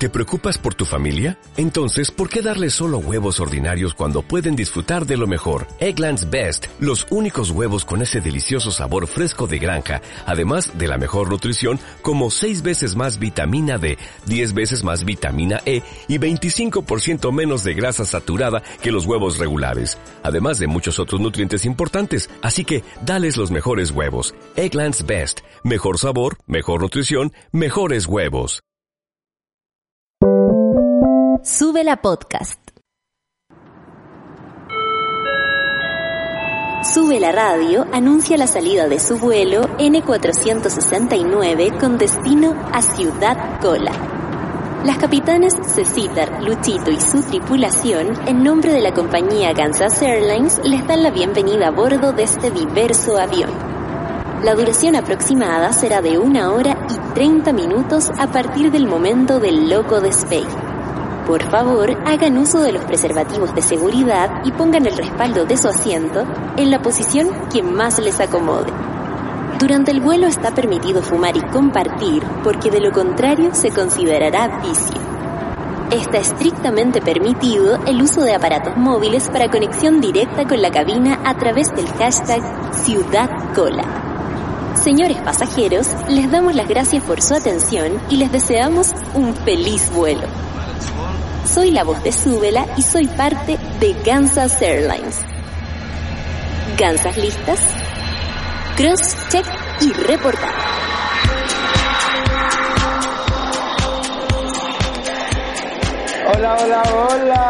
¿Te preocupas por tu familia? Entonces, ¿por qué darles solo huevos ordinarios cuando pueden disfrutar de lo mejor? Eggland's Best, los únicos huevos con ese delicioso sabor fresco de granja, además de la mejor nutrición, como 6 veces más vitamina D, 10 veces más vitamina E y 25% menos de grasa saturada que los huevos regulares, además de muchos otros nutrientes importantes. Así que, dales los mejores huevos. Eggland's Best, mejor sabor, mejor nutrición, mejores huevos. Sube la podcast. Sube la radio anuncia la salida de su vuelo N469 con destino a Ciudad Kola. Las capitanes Cecitar, Luchito y su tripulación, en nombre de la compañía Kansas Airlines, les dan la bienvenida a bordo de este diverso avión. La duración aproximada será de 1 hora y 30 minutos a partir del momento del loco despegue. Por favor, hagan uso de los preservativos de seguridad y pongan el respaldo de su asiento en la posición que más les acomode. Durante el vuelo está permitido fumar y compartir, porque de lo contrario se considerará vicio. Está estrictamente permitido el uso de aparatos móviles para conexión directa con la cabina a través del hashtag #CiudadKola. Señores pasajeros, les damos las gracias por su atención y les deseamos un feliz vuelo. Soy la voz de Súbela y soy parte de Kansas Airlines. ¿Kansas listas? Cross, check y reportar. Hola, hola, hola.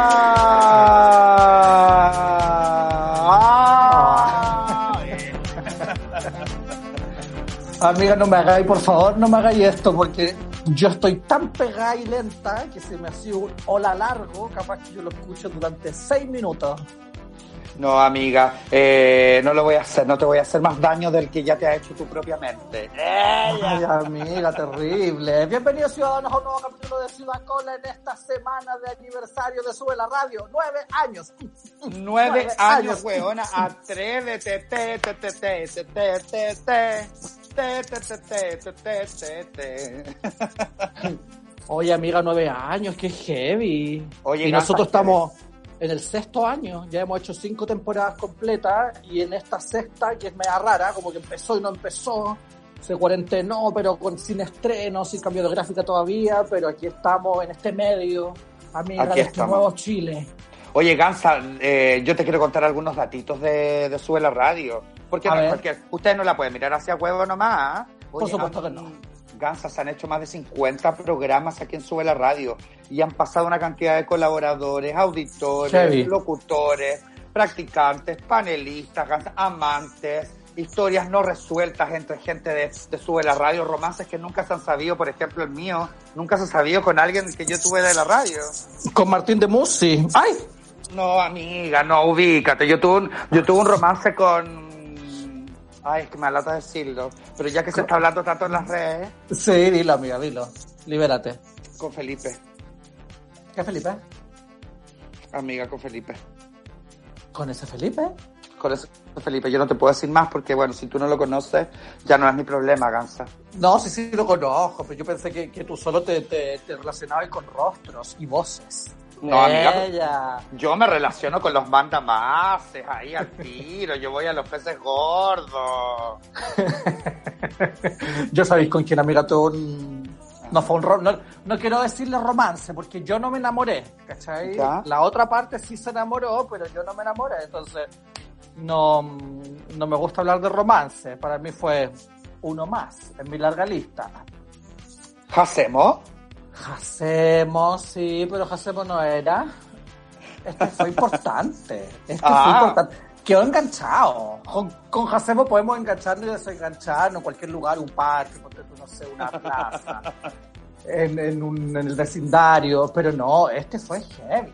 Amiga, no me hagáis, por favor, no me hagáis esto, porque yo estoy tan pegada y lenta que se me ha sido un hola largo, capaz que yo lo escucho durante 6 minutos. No, amiga, no lo voy a hacer, no te voy a hacer más daño del que ya te ha hecho tu propia mente. Ay, amiga, terrible. Bienvenidos, ciudadanos, a un nuevo capítulo de Ciudad Kola en esta semana de aniversario de Sube la Radio. 9 años. 9 años, weona, atrévete, Oye, amiga, 9 años, qué heavy. Oye, y nosotros estamos en el 6º año, ya hemos hecho 5 temporadas completas, y en esta 6ª, que es media rara, como que empezó y no empezó, se cuarentenó, pero sin estreno, sin cambio de gráfica todavía, pero aquí estamos en este medio, amiga, de este nuevo Chile. Oye, Gansa, yo te quiero contar algunos datitos de Sube la Radio, porque no es cualquier, ustedes no la pueden mirar hacia huevo nomás. Oye, por supuesto que no. Gansa, se han hecho más de 50 programas aquí en Sube la Radio y han pasado una cantidad de colaboradores, auditores, locutores, practicantes, panelistas, Gansa, amantes, historias no resueltas entre gente de Sube la Radio, romances que nunca se han sabido. Por ejemplo, el mío nunca se ha sabido con alguien que yo tuve de la radio. Con Martín de Musi. ¡Ay! No, amiga, no, ubícate. Yo tuve un romance con... Ay, es que me alata decirlo. Pero ya que se está hablando tanto en las redes... Sí, dilo, amiga, dilo. Libérate. Con Felipe. ¿Qué Felipe? Amiga, con Felipe. ¿Con ese Felipe? Con ese Felipe. Yo no te puedo decir más porque, bueno, si tú no lo conoces, ya no es mi problema, Gansa. No, sí lo conozco, pero yo pensé que tú solo te relacionabas con rostros y voces. No, amiga, yo me relaciono con los mandamases ahí al tiro, yo voy a los peces gordos. Yo sabéis con quién, amiga, no fue no quiero decirle romance, porque yo no me enamoré, ¿cachai? ¿Ya? La otra parte sí se enamoró, pero yo no me enamoré, entonces no me gusta hablar de romance. Para mí fue uno más en mi larga lista. ¿Hacemos? Sí, pero Hacemos no era. Este fue importante. Quedó enganchado. Con Hacemos podemos engancharnos y desengancharnos en cualquier lugar, un parque, no sé, una plaza, en el vecindario, pero no, este fue heavy.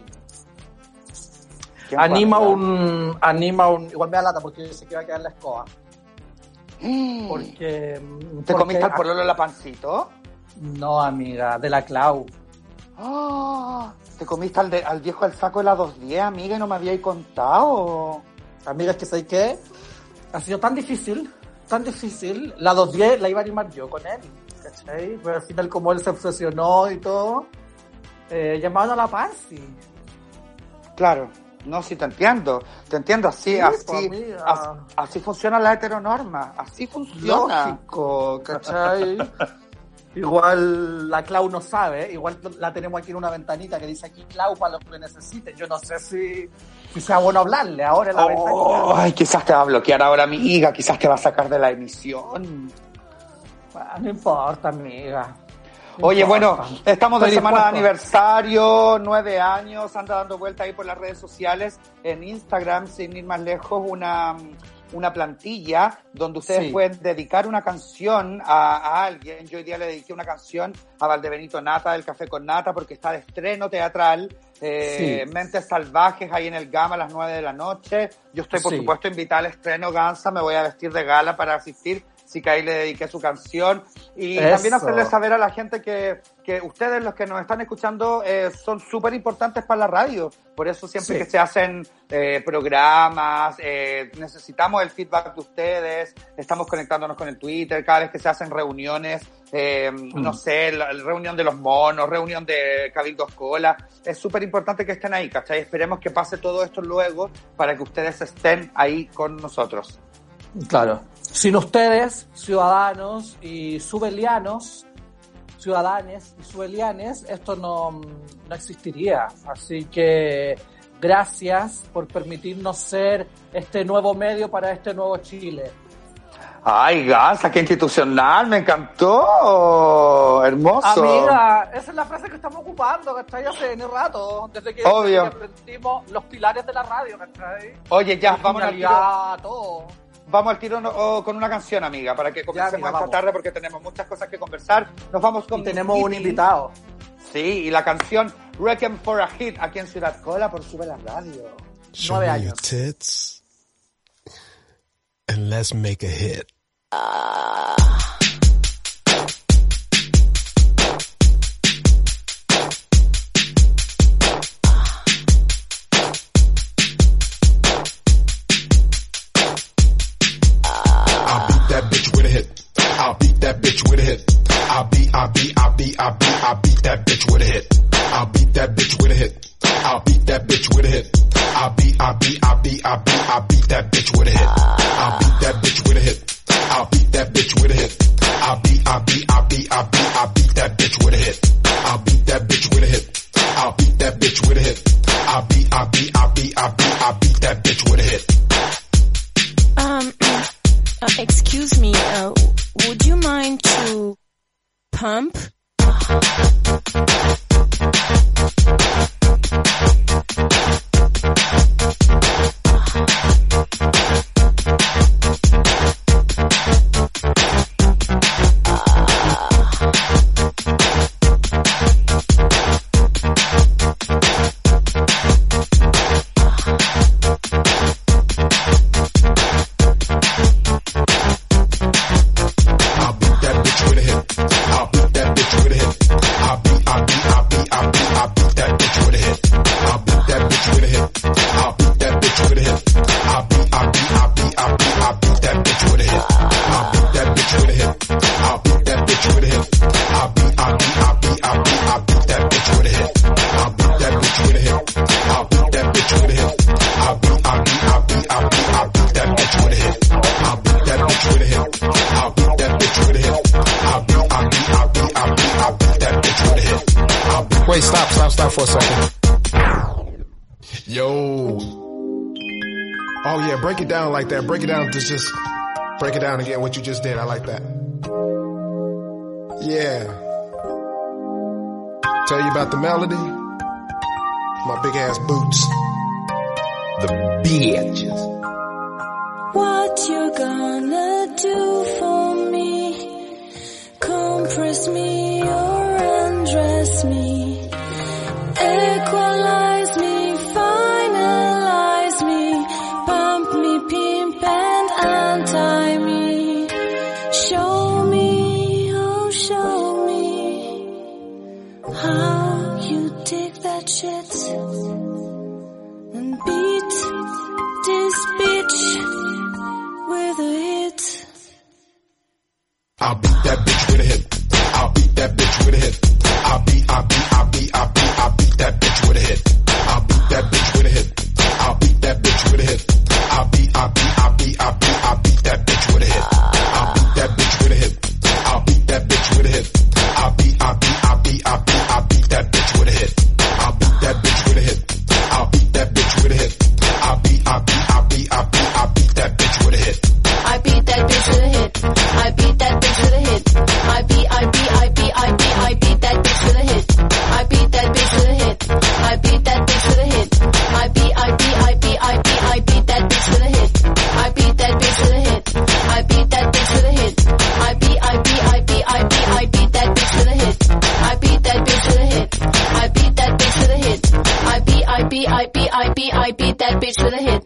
Anima un, igual me da lata porque se iba a quedar la escoba. Porque... ¿Te comiste al pololo la pancito? No, amiga, de la Clau. Oh, ¿te comiste al viejo del saco de la 210, amiga, y no me habíais contado? Amiga, es que ¿sabes qué? Ha sido tan difícil, la 210 la iba a animar yo con él, ¿cachai? Pero al final como él se obsesionó y todo, llamaban a la Pansy. Claro, no, sí te entiendo así, sí, así funciona la heteronorma, así funciona. Lógico, ¿cachai? Igual la Clau no sabe, igual la tenemos aquí en una ventanita que dice aquí Clau para lo que necesite. Yo no sé si sea bueno hablarle ahora en la ventanita. Ay, quizás te va a bloquear ahora, amiga, quizás te va a sacar de la emisión. Bueno, no importa, amiga. Oye, bueno, estamos de semana de aniversario, 9 años, anda dando vuelta ahí por las redes sociales, en Instagram, sin ir más lejos, una plantilla donde ustedes pueden dedicar una canción a alguien. Yo hoy día le dediqué una canción a Valdebenito Nata, del Café con Nata, porque está de estreno teatral, Mentes Salvajes, ahí en el Gama a las 9 de la noche. Yo estoy, por supuesto, invitada al estreno, Gansa, me voy a vestir de gala para asistir. Así que ahí le dediqué su canción. Y también hacerle saber a la gente que ustedes, los que nos están escuchando, son súper importantes para la radio. Por eso siempre que se hacen programas, necesitamos el feedback de ustedes. Estamos conectándonos con el Twitter. Cada vez que se hacen reuniones, no sé, la reunión de los monos, reunión de Cabildo Escola. Es súper importante que estén ahí, ¿cachai? Esperemos que pase todo esto luego para que ustedes estén ahí con nosotros. Claro. Sin ustedes, ciudadanos y subelianos, ciudadanes y subelianes, esto no existiría. Así que gracias por permitirnos ser este nuevo medio para este nuevo Chile. Ay, Gansa, qué institucional, me encantó, hermoso. Amiga, esa es la frase que estamos ocupando, ¿cachai? Hace un rato, desde que aprendimos los pilares de la radio, ¿cachai? Oye, ya, vamos al tiro. Todo. Vamos al tiro con una canción, amiga, para que comencemos esta tarde, porque tenemos muchas cosas que conversar. Nos vamos con... Y tenemos un invitado. Sí, y la canción Requiem for a Hit, aquí en Ciudad Cola, por Sube la Radio. 9 años. Tits and let's make a hit. I'll beat that bitch with a hit. I'll beat that bitch with a hit. I'll beat that bitch with a hit. I'll beat that bitch with a hit. I'll beat that bitch with a hit. I'll beat that bitch with a hit. I'll beat that bitch with a hit. I'll beat that bitch with a hit. I'll beat that bitch with a hit. I'll beat that bitch with a hit. I'll beat that bitch with a hit. Excuse me, would you mind to pump? Wait, stop for a second. Yo. Oh yeah, break it down like that. Break it down, just break it down again, what you just did. I like that. Yeah. Tell you about the melody. My big ass boots. The bitches. What you gonna do for me? Compress me or undress me. Equalize me, finalize me. Pump me, pimp and untie me. Show me, oh show me how you dig that shit. And beat this bitch with a hit. I'll beat that bitch with a hit. I'll beat that bitch with a hit. I'll beat beat that bitch with a hit.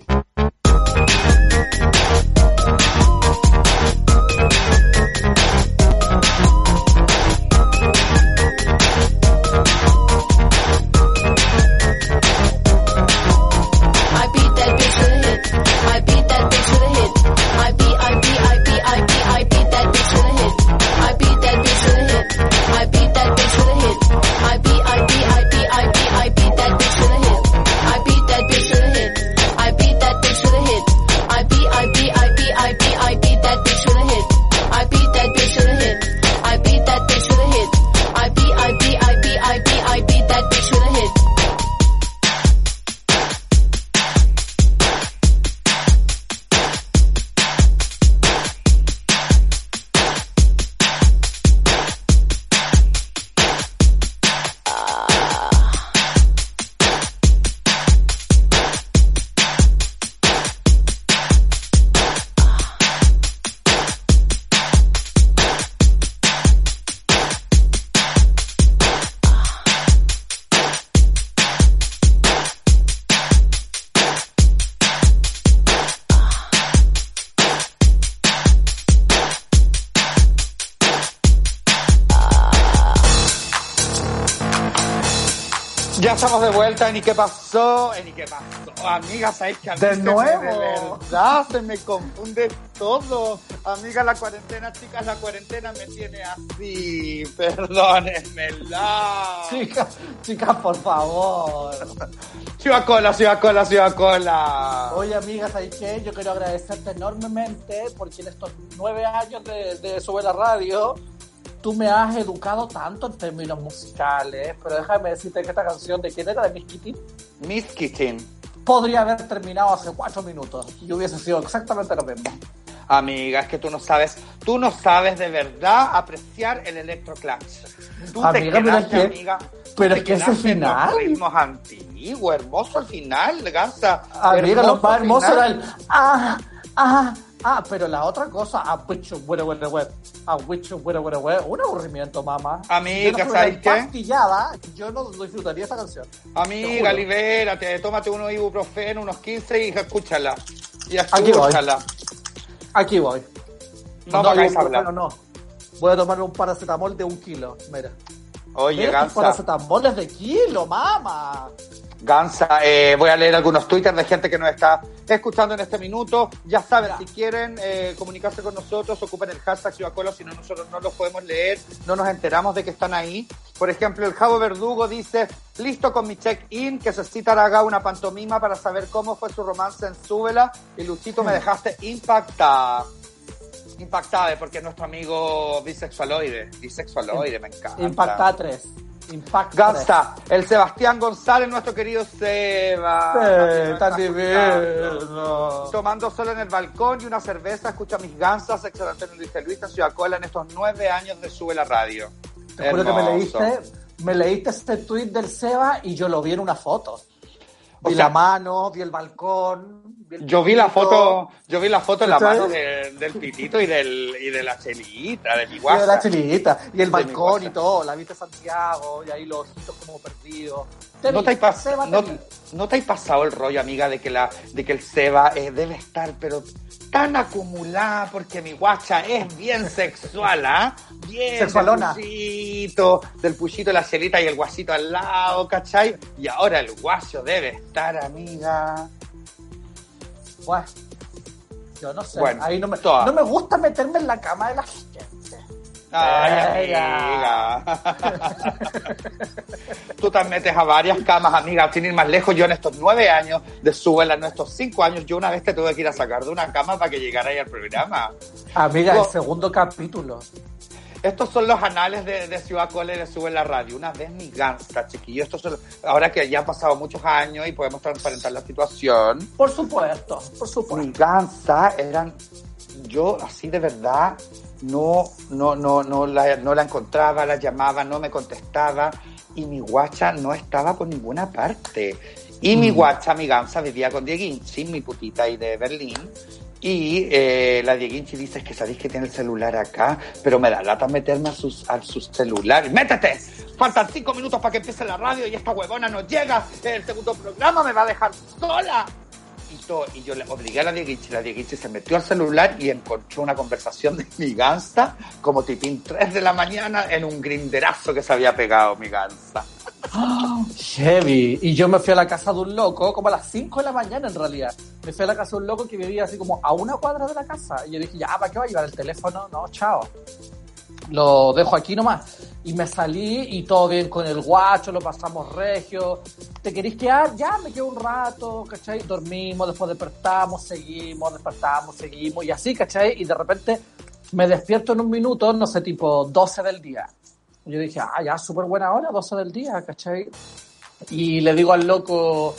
Ya estamos de vuelta en ¿Y qué pasó? Amiga, ¿sabes qué? De nuevo. De verdad, se me confunde todo. Amiga, la cuarentena, chicas, la cuarentena me tiene así. Perdónenmela. Chicas, por favor. Ciudad Cola. Oye, amiga, ¿sabes qué? Yo quiero agradecerte enormemente porque en estos 9 años de Sube la Radio tú me has educado tanto en términos musicales, pero déjame decirte que esta canción, ¿de quién era? ¿De Miss Kitty? Miss Kitty. Podría haber terminado hace 4 minutos y hubiese sido exactamente lo mismo. Amiga, es que tú no sabes de verdad apreciar el electroclash. Tú amiga, te quedaste, amiga. Pero es que ese final. Los ritmos antiguos, hermoso al final, Gansa. Amiga, lo más hermoso era el pero la otra cosa, un aburrimiento, mamá. Amiga, ¿sabes qué? Pastillada, yo no disfrutaría esa canción. Amiga, libérate, tómate unos ibuprofeno, unos 15 y escúchala. Aquí voy. No vayas a hablar. No. Voy a tomar un paracetamol de 1 kilo, mira. Oye, Gansa. Paracetamol es de kilo, mamá. Gansa, voy a leer algunos twitters de gente que nos está escuchando en este minuto. Ya saben, si quieren comunicarse con nosotros, ocupen el hashtag Ciudad Cola, si no nosotros no los podemos leer, no nos enteramos de que están ahí. Por ejemplo, el Javo Verdugo dice: listo con mi check-in, que Cecitar haga una pantomima para saber cómo fue su romance en Súbela. Y Luchito, me dejaste impactada, porque es nuestro amigo bisexualoide, me encanta. Impactada 3. Gansa, el Sebastián González, nuestro querido Seba. Está divino. Tomando solo en el balcón y una cerveza, escucha mis gansas, Héctor Antonio Luis de Luis en Ciudad Cola en estos 9 años de Sube la Radio. Te juro que me leíste este tweet del Seba y yo lo vi en una foto. Vi la mano, vi el balcón. Yo vi la foto en la mano del pitito y de la chelita, de mi guasa. Y de la chelita, y el balcón y todo, la vista de Santiago, y ahí los ojitos como perdidos. ¿No te has pasado el rollo, amiga, de que el Seba debe estar, pero tan acumulada, porque mi guacha es bien sexual, ¿ah? Bien sexualona. Del puchito, la chelita y el guasito al lado, ¿cachai? Y ahora el guacho debe estar, amiga. Bueno, yo no sé. Bueno, ahí no me gusta meterme en la cama de la gente. Ay, amiga. Tú te metes a varias camas, amiga, sin ir más lejos. Yo en estos 9 años de Súbela, en estos 5 años, yo una vez te tuve que ir a sacar de una cama para que llegara ahí al programa. Amiga, el segundo capítulo. Estos son los anales de Ciudad Cola y de Sube la Radio. Una vez mi Gansa, chiquillo. Ahora que ya han pasado muchos años y podemos transparentar la situación. Por supuesto. Mi Gansa eran... Yo, así de verdad, no la encontraba, la llamaba, no me contestaba. Y mi guacha no estaba por ninguna parte. Y mi guacha, mi Gansa, vivía con Dieguín, sin mi putita ahí de Berlín. Y la Dieguinchi dice, es que sabéis que tiene el celular acá, pero me da lata meterme a su celular. ¡Métete! Faltan 5 minutos para que empiece la radio y esta huevona no llega. El segundo programa me va a dejar sola. Y yo le obligué a la Dieguinchi se metió al celular y encontró una conversación de mi Gansa como tipín 3 de la mañana en un grinderazo que se había pegado mi Gansa. Oh, heavy. Y yo me fui a la casa de un loco como a las 5 de la mañana en realidad. Me fui a la casa de un loco que vivía así como a una cuadra de la casa. Y yo dije, ya, ¿para qué va a llevar el teléfono? No, chao. Lo dejo aquí nomás. Y me salí y todo bien con el guacho, lo pasamos regio. ¿Te querés quedar? Ya, me quedo un rato, ¿cachai? Dormimos, después despertamos, seguimos. Y así, ¿cachai? Y de repente me despierto en un minuto, no sé, tipo 12 del día. Y yo dije, ya, súper buena hora, 12 del día, ¿cachai? Y le digo al loco,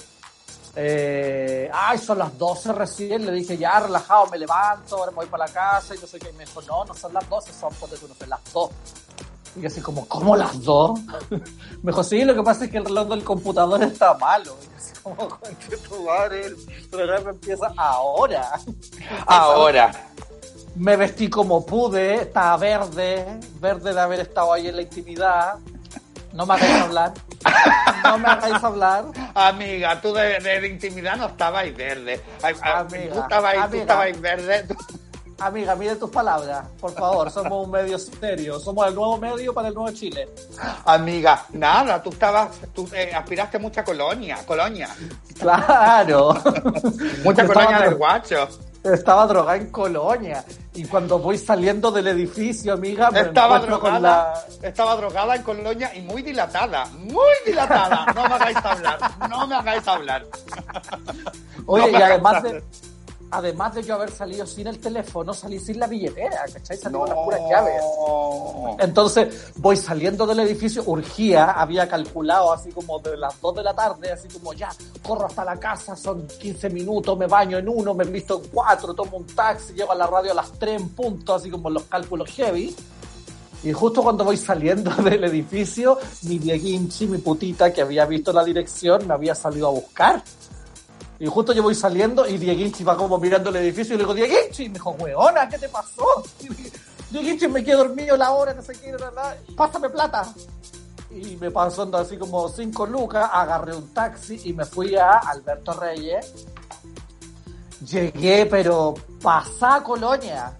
son las 12 recién. Le dije, ya, relajado, me levanto, ahora me voy para la casa. Y no sé qué. Y me dijo, no son las 12, son, ponte tú, no sé, las 2. Y yo así como, ¿cómo las 2? Me dijo, sí, lo que pasa es que el reloj del computador está malo. Y yo así como, conche tu madre, el programa empieza ahora. Ahora. Me vestí como pude, estaba verde de haber estado ahí en la intimidad. No me hagáis hablar. Amiga, tú de intimidad no estabas verde. Amiga, tú estabas verde. Amiga, mire tus palabras, por favor. Somos un medio serio. Somos el nuevo medio para el nuevo Chile. Amiga, nada, tú aspiraste mucha colonia. Claro. Mucha colonia del guacho. Estaba drogada en Colonia. Y cuando voy saliendo del edificio, amiga, estaba drogada en Colonia y muy dilatada. No me hagáis hablar. Oye, y además de yo haber salido sin el teléfono, salí sin la billetera, ¿cachai? Salí con las puras llaves. Entonces, voy saliendo del edificio, urgía, había calculado así como de las 2 de la tarde, así como ya, corro hasta la casa, son 15 minutos, me baño en 1, me visto en 4, tomo un taxi, llego a la radio a las 3 en punto, así como los cálculos heavy. Y justo cuando voy saliendo del edificio, mi Dieguinchi, mi putita, que había visto la dirección, me había salido a buscar. Y justo yo voy saliendo y Dieguinchi va como mirando el edificio y le digo, Dieguinchi, y me dijo, weona, ¿qué te pasó? Dieguinchi, me quedé dormido la hora, no sé qué, pásame plata. Y me pasó así como 5 lucas, agarré un taxi y me fui a Alberto Reyes. Llegué, pero pasá Colonia.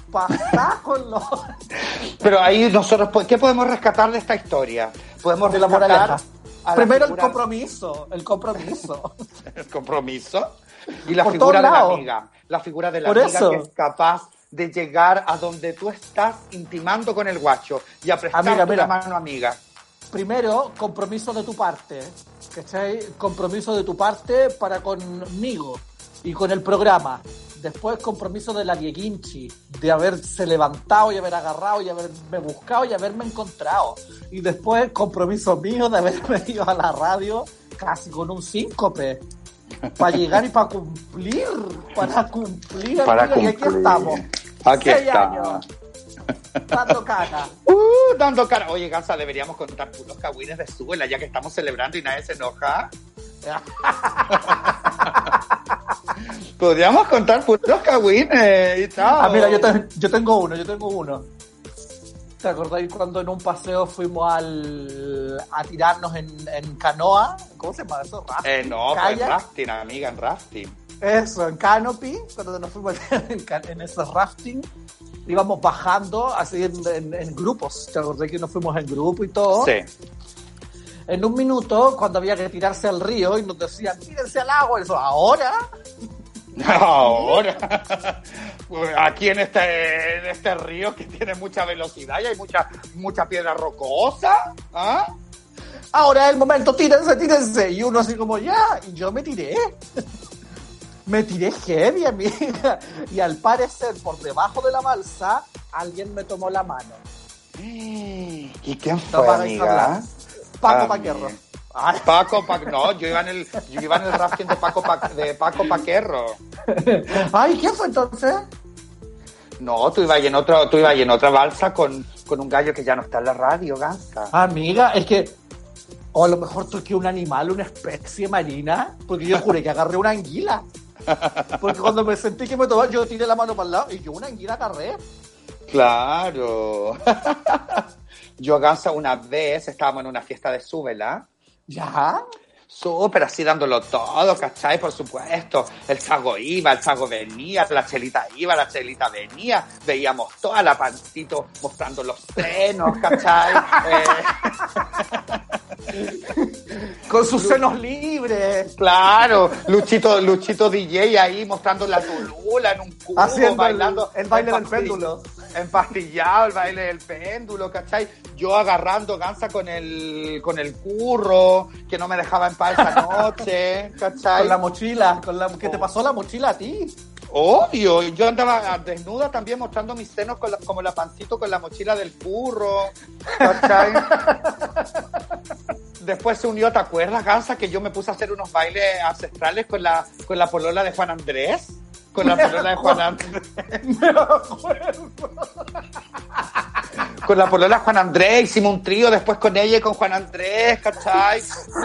Pero ahí nosotros, ¿qué podemos rescatar de esta historia? Podemos de la moraleja. Primero el compromiso. ¿El compromiso? Y la figura de la amiga. La figura de la amiga que es capaz de llegar a donde tú estás intimando con el guacho y a prestarte la mano amiga. Primero, compromiso de tu parte. ¿Cachai? Compromiso de tu parte para conmigo y con el programa. Después, compromiso de la Dieguinchi, de haberse levantado y haber agarrado y haberme buscado y haberme encontrado. Y después, compromiso mío de haberme ido a la radio casi con un síncope. Para llegar y para cumplir. Y aquí estamos. Aquí 6 está. años. Dando cara. Dando cara. Oye, Gansa, deberíamos contar puros cagüines de Súbela, ya que estamos celebrando y nadie se enoja. Podríamos contar puros cagüines y tal. Mira, yo tengo uno. ¿Te acordáis cuando en un paseo fuimos a tirarnos en canoa? ¿Cómo se llama eso? ¿Rafting? No, pues en rafting, amiga, en rafting. Eso, en canopy, cuando nos fuimos en esos rafting, íbamos bajando así en grupos. ¿Te acordás que nos fuimos en grupo y todo? Sí. En un minuto, cuando había que tirarse al río y nos decían, tírense al agua, y eso, ¿ahora? Aquí en este río que tiene mucha velocidad y hay mucha piedra rocosa. ¿Ah? Ahora es el momento, tírense. Y uno así como, ya, y yo me tiré. Me tiré heavy, amiga. Y al parecer, por debajo de la balsa, alguien me tomó la mano. ¿Y quién fue, amiga? Paco Paquerro. No, yo iba en el rafting de Paco Paquerro. Ay, ¿quién fue entonces? No, tú ibas en otra balsa con un gallo que ya no está en la radio, Gansa. Amiga, es que o a lo mejor toqué un animal, una especie marina, porque yo juré que agarré una anguila. Porque cuando me sentí que me tomaba, yo tiré la mano para el lado y yo una anguila agarré. Claro. Yo, Gansa, una vez estábamos en una fiesta de Súbela. ¿Ya? Súper así dándolo todo, ¿cachai? Por supuesto. El Chago iba, el Chago venía, la Chelita iba, la Chelita venía. Veíamos toda la Pancito mostrando los senos, ¿cachai? Con sus senos libres. Claro, Luchito DJ ahí mostrando la tulula en un cubo, haciendo bailando el baile del péndulo. Empastillado, el baile del péndulo, ¿cachai? Yo agarrando Gansa con el curro, que no me dejaba en paz esa noche, ¿cachai? Con la mochila, ¿qué te pasó la mochila a ti? Obvio, yo andaba desnuda también mostrando mis senos como la Pancito con la mochila del curro, ¿cachai? Después se unió, ¿te acuerdas, Gansa, que yo me puse a hacer unos bailes ancestrales con la polola de Juan Andrés? Con la polola de Juan Andrés. Me acuerdo. Con la polola de Juan Andrés, hicimos un trío después con ella y con Juan Andrés, ¿cachai?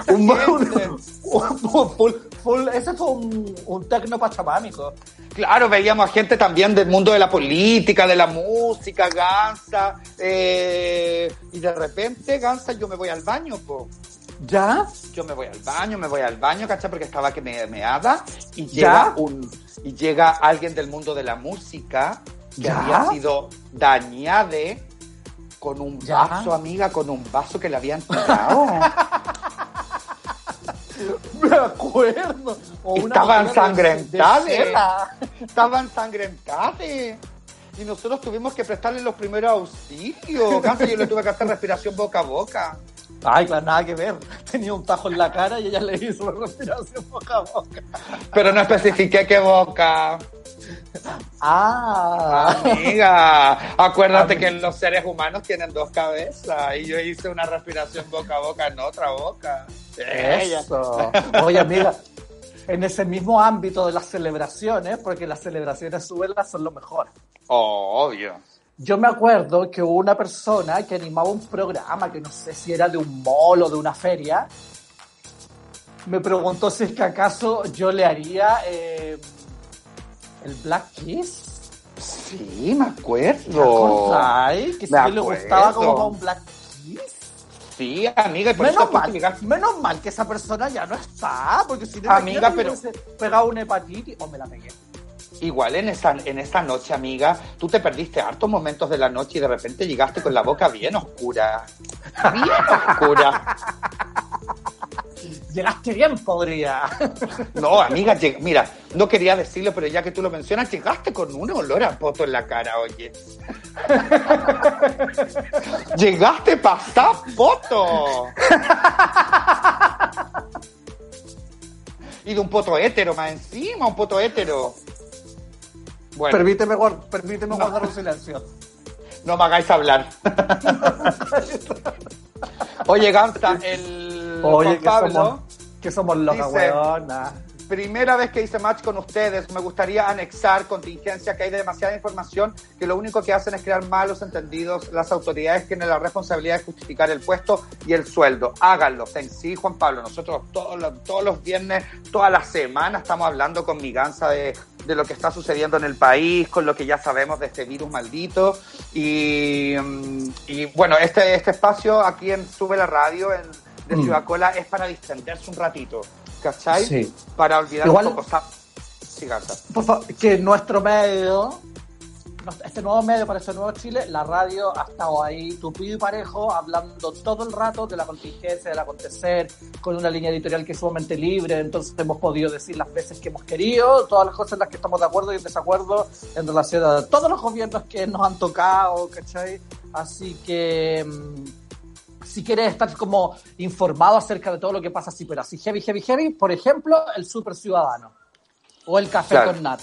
Ese fue un tecno pachamámico. Claro, veíamos a gente también del mundo de la política, de la música, Gansa, y de repente, Gansa, yo me voy al baño, po. ¿Ya? Yo me voy al baño, ¿cachai? Porque estaba que me meaba, y ¿Ya? llega alguien del mundo de la música, que ¿Ya? había sido dañade con un ¿Ya? vaso, amiga, con un vaso que le habían tirado. Me acuerdo. Estaban ensangrentadas. Estaban ensangrentadas. Y nosotros tuvimos que prestarle los primeros auxilios. Gansa, yo le tuve que hacer respiración boca a boca. Ay, claro, nada que ver. Tenía un tajo en la cara y ella le hizo la respiración boca a boca. Pero no especifiqué qué boca. Amiga, acuérdate que los seres humanos tienen dos cabezas y yo hice una respiración boca a boca en otra boca. Eso. Oye, amiga, en ese mismo ámbito de las celebraciones, porque las celebraciones Súbela son lo mejor. Obvio. Yo me acuerdo que hubo una persona que animaba un programa, que no sé si era de un mall o de una feria, me preguntó si es que acaso yo le haría el Black Kiss. Sí, me acuerdo. ¿Te acordáis? Que si le gustaba como un Black Kiss. Sí, amiga, y por eso menos mal que esa persona ya no está, porque si no, amiga, pero pegaba una hepatitis o me la pegué. Igual en esa noche, amiga, tú te perdiste hartos momentos de la noche y de repente llegaste con la boca bien oscura. Bien oscura. Llegaste bien, podría. No, amiga, mira, no quería decirlo, pero ya que tú lo mencionas, llegaste con un olor a poto en la cara, oye. Llegaste pasar poto. Y de un poto hétero más encima, un poto hétero. Bueno, permíteme guardar un silencio. No me hagáis hablar. Oye, Gansa, Juan Pablo, que somos locas, weona. Primera vez que hice match con ustedes, me gustaría anexar contingencia, que hay demasiada información, que lo único que hacen es crear malos entendidos. Las autoridades tienen la responsabilidad de justificar el puesto y el sueldo. Háganlo. Sí, Juan Pablo, nosotros todos los viernes, todas las semanas estamos hablando con mi Gansa de lo que está sucediendo en el país, con lo que ya sabemos de este virus maldito. Y bueno, este espacio aquí en Sube la Radio de Ciudad Cola es para distenderse un ratito, ¿cachai? Sí. Para olvidar un poco. Sí, Gansa. Por favor, que nuestro medio, este nuevo medio para este nuevo Chile, la radio ha estado ahí tupido y parejo, hablando todo el rato de la contingencia, del acontecer, con una línea editorial que es sumamente libre, entonces hemos podido decir las veces que hemos querido, todas las cosas en las que estamos de acuerdo y en desacuerdo en relación a todos los gobiernos que nos han tocado, ¿cachai? Así que si quieres estar como informado acerca de todo lo que pasa así, pero así heavy, por ejemplo, el Super Ciudadano o el Café con Nata.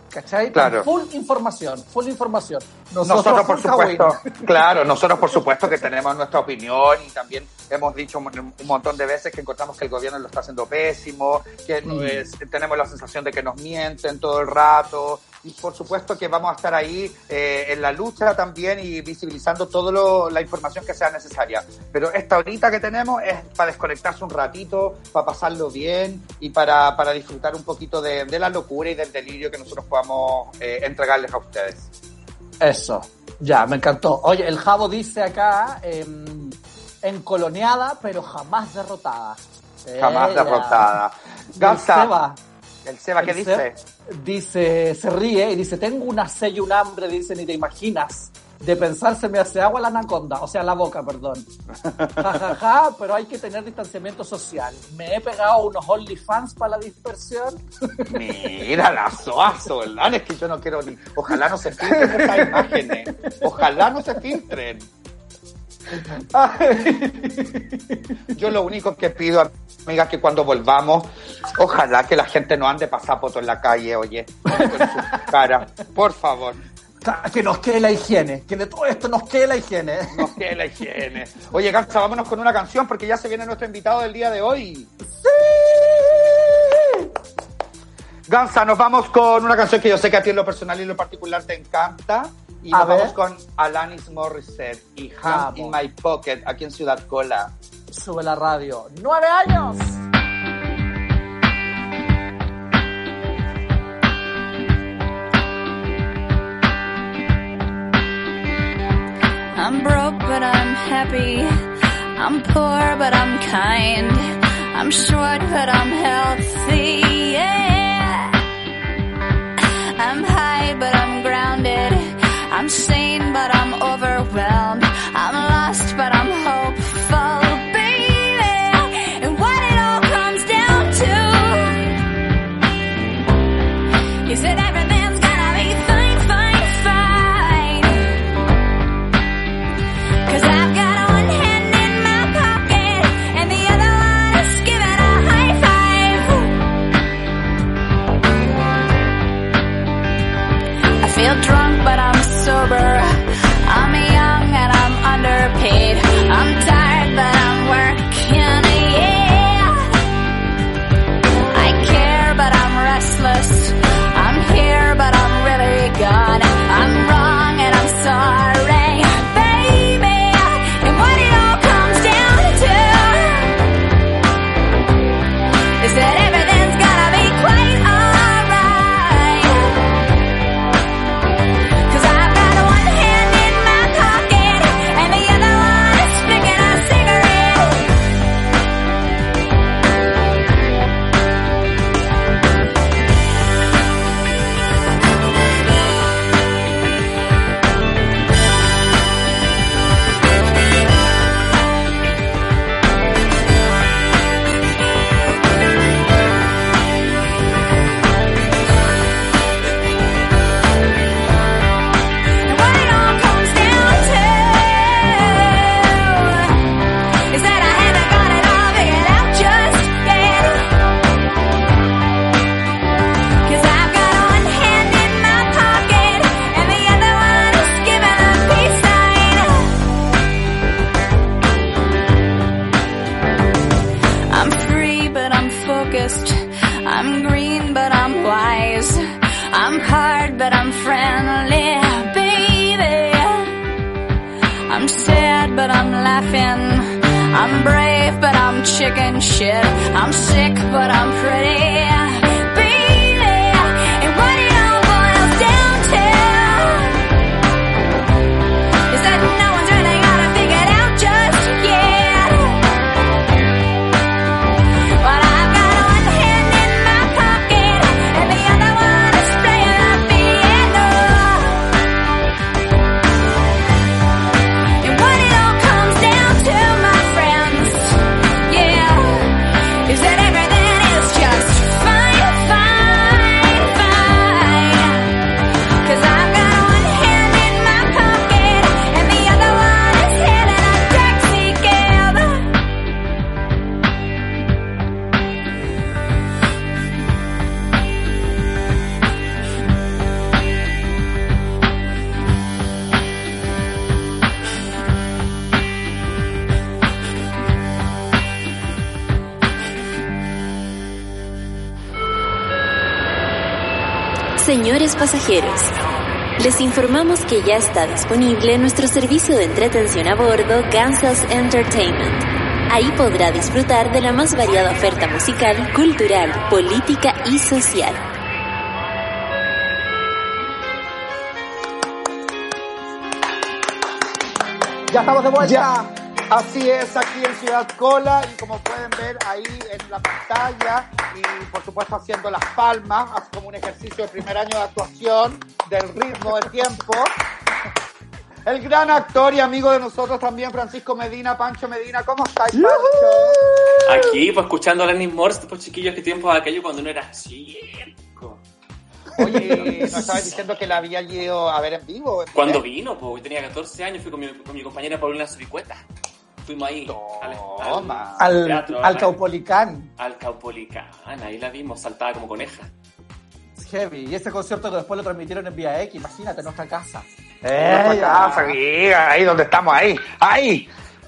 ¿cachai? Claro. Full información. Nosotros por supuesto, claro, nosotros por supuesto que tenemos nuestra opinión y también hemos dicho un montón de veces que encontramos que el gobierno lo está haciendo pésimo, que tenemos la sensación de que nos mienten todo el rato y por supuesto que vamos a estar ahí en la lucha también y visibilizando toda la información que sea necesaria. Pero esta horita que tenemos es para desconectarse un ratito, para pasarlo bien y para disfrutar un poquito de la locura y del delirio que nosotros podamos entregarles a ustedes. Eso, ya, me encantó. Oye, el Javo dice acá, encoloneada, pero jamás derrotada. Jamás derrotada. Gansa, el Seba, ¿qué dice? Dice, se ríe y dice, tengo una sed y un hambre, dice, ni te imaginas. De pensar se me hace agua la anaconda, o sea, la boca, perdón. Ja, pero hay que tener distanciamiento social. Me he pegado unos OnlyFans para la dispersión. Mira, la Soazo, ¿verdad? Es que yo no quiero ni... Ojalá no se filtren estas imágenes. Ojalá no se filtren. Yo lo único que pido, amigas, que cuando volvamos, ojalá que la gente no ande pasapoto en la calle, oye, con su cara, por favor. Que nos quede la higiene, que de todo esto nos quede la higiene. Nos quede la higiene. Oye, Gansa, vámonos con una canción porque ya se viene nuestro invitado del día de hoy. ¡Sí! Gansa, nos vamos con una canción que yo sé que a ti en lo personal y en lo particular te encanta. Y nos vamos con Alanis Morissette y Hand in My Pocket, aquí en Ciudad Cola. Sube la radio. 9 años. I'm broke, but I'm happy. I'm poor, but I'm kind. I'm short, but I'm healthy, yeah. I'm high, but I'm grounded. I'm sane, but I'm overwhelmed. I'm lost, but I'm hopeful, baby. And what it all comes down to is that everything's gonna be fine, fine, fine. 'Cause I've got one hand in my pocket and the other one is giving a high five. I feel drunk, but I'm sober. I'm young and I'm underpaid. I'm tired, but I'm working, yeah. I care, but I'm restless. I'm here, but I'm really gone. I'm wrong and I'm sorry, baby. And what it all comes down to is that everything's gonna be quite alright. 'Cause I've got one hand in my pocket and the other one is flicking a cigarette. And what it all comes down to is that I haven't got it all figured out just yet. 'Cause I've got one hand in my pocket and the other one is giving a peace sign. I'm free, but I'm focused. I'm green, but I'm wise. I'm hard, but I'm friendly, baby. I'm sad, but I'm laughing. I'm brave, but I'm chicken shit. I'm sick, but I'm pretty, baby. And what it all boils down to is that no one's really got it figured out just yet. But I've got one hand in my pocket and the other one is playing the piano. And what it all comes down to, my friends, yeah, is that everything is just fine. Señores pasajeros, les informamos que ya está disponible nuestro servicio de entretención a bordo Kansas Entertainment. Ahí podrá disfrutar de la más variada oferta musical, cultural, política y social. Ya estamos de vuelta. Ya. Así es, aquí en Ciudad Cola, y como pueden ver ahí en la pantalla, y por supuesto haciendo las palmas, así como un ejercicio de primer año de actuación, del ritmo, del tiempo, el gran actor y amigo de nosotros también, Francisco Medina, Pancho Medina. ¿Cómo estáis, Pancho? Aquí, pues escuchando a Alanis Morissette, pues chiquillos, qué tiempo aquello cuando uno era chico. Oye, nos estabas diciendo que la había ido a ver en vivo. Cuando vino, pues tenía 14 años, fui con mi compañera Paulina Zuricueta. Fuimos ahí al Caupolicán. Al Caupolicán, ahí la vimos, saltaba como coneja. Heavy. Y ese concierto que después lo transmitieron en Vía X, imagínate, en nuestra casa. Nuestra casa, ahí donde estamos, ahí,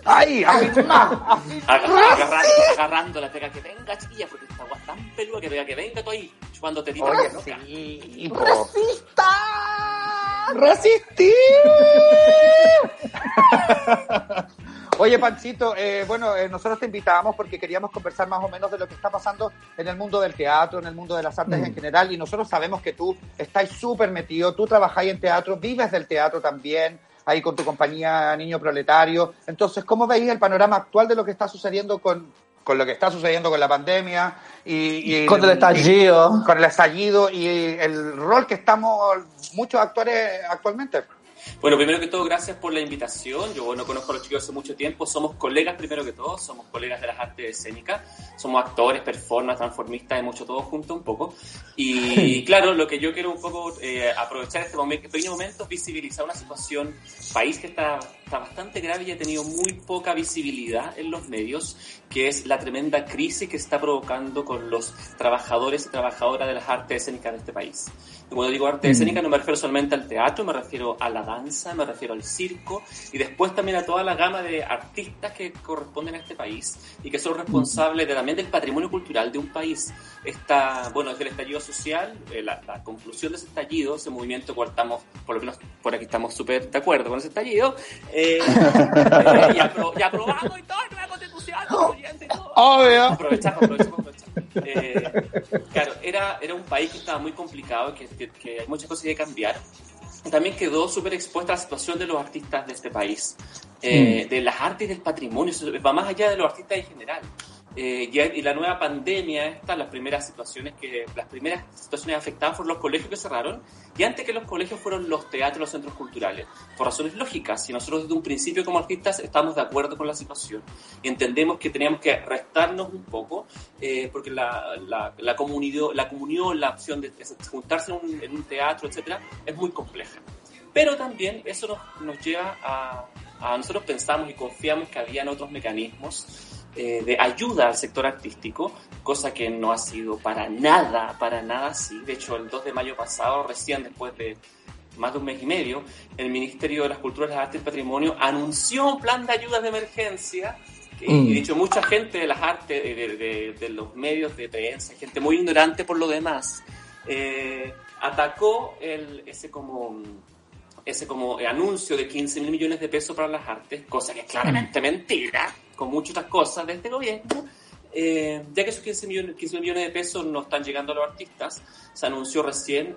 agarrando la pega que venga, chiquilla, porque esta agua es tan peluda que pega que venga tú ahí, chupando tetita. Oye, sí, ¡Resistir! Oye, Panchito, nosotros te invitábamos porque queríamos conversar más o menos de lo que está pasando en el mundo del teatro, en el mundo de las artes en general, y nosotros sabemos que tú estás súper metido, tú trabajáis en teatro, vives del teatro también, ahí con tu compañía Niño Proletario. Entonces, ¿cómo veis el panorama actual de lo que está sucediendo con lo que está sucediendo con la pandemia y con el estallido? Con el estallido y el rol que estamos muchos actores actualmente. Bueno, primero que todo, gracias por la invitación. Yo no conozco a los chicos hace mucho tiempo. Somos colegas, primero que todo. Somos colegas de las artes escénicas. Somos actores, performers, transformistas, hemos hecho todo junto un poco. Y claro, lo que yo quiero un poco aprovechar este pequeño momento es visibilizar una situación, país que está bastante grave y ha tenido muy poca visibilidad en los medios, que es la tremenda crisis que está provocando con los trabajadores y trabajadoras de las artes escénicas de este país. Y cuando digo arte escénica no me refiero solamente al teatro, me refiero a la danza, me refiero al circo y después también a toda la gama de artistas que corresponden a este país y que son responsables también del patrimonio cultural de un país. Desde el estallido social, la conclusión de ese estallido, ese movimiento cual estamos, por lo menos por aquí estamos súper de acuerdo con ese estallido, y aprobamos y todo, nueva constitución, y todo. Obvio. Aprovechamos. Claro, era un país que estaba muy complicado, que hay muchas cosas que cambiar. También quedó súper expuesta a la situación de los artistas de este país, de las artes y del patrimonio, eso va más allá de los artistas en general. Y la nueva pandemia, las primeras situaciones afectadas fueron los colegios que cerraron, y antes que los colegios fueron los teatros, los centros culturales, por razones lógicas. Y nosotros desde un principio como artistas estamos de acuerdo con la situación y entendemos que teníamos que restarnos un poco, porque la comunión, la opción de juntarse en un teatro, etcétera, es muy compleja. Pero también eso nos lleva a nosotros pensamos y confiamos que habían otros mecanismos de ayuda al sector artístico, cosa que no ha sido para nada así. De hecho, el 2 de mayo pasado, recién después de más de un mes y medio, el Ministerio de las Culturas, las Artes y el Patrimonio anunció un plan de ayudas de emergencia. Y de hecho, mucha gente de las artes, de los medios de prensa, gente muy ignorante por lo demás, atacó ese anuncio de 15.000 millones de pesos para las artes, cosa que es claramente mentira, con muchas otras cosas de este gobierno, ya que esos 15 millones de pesos no están llegando a los artistas. Se anunció recién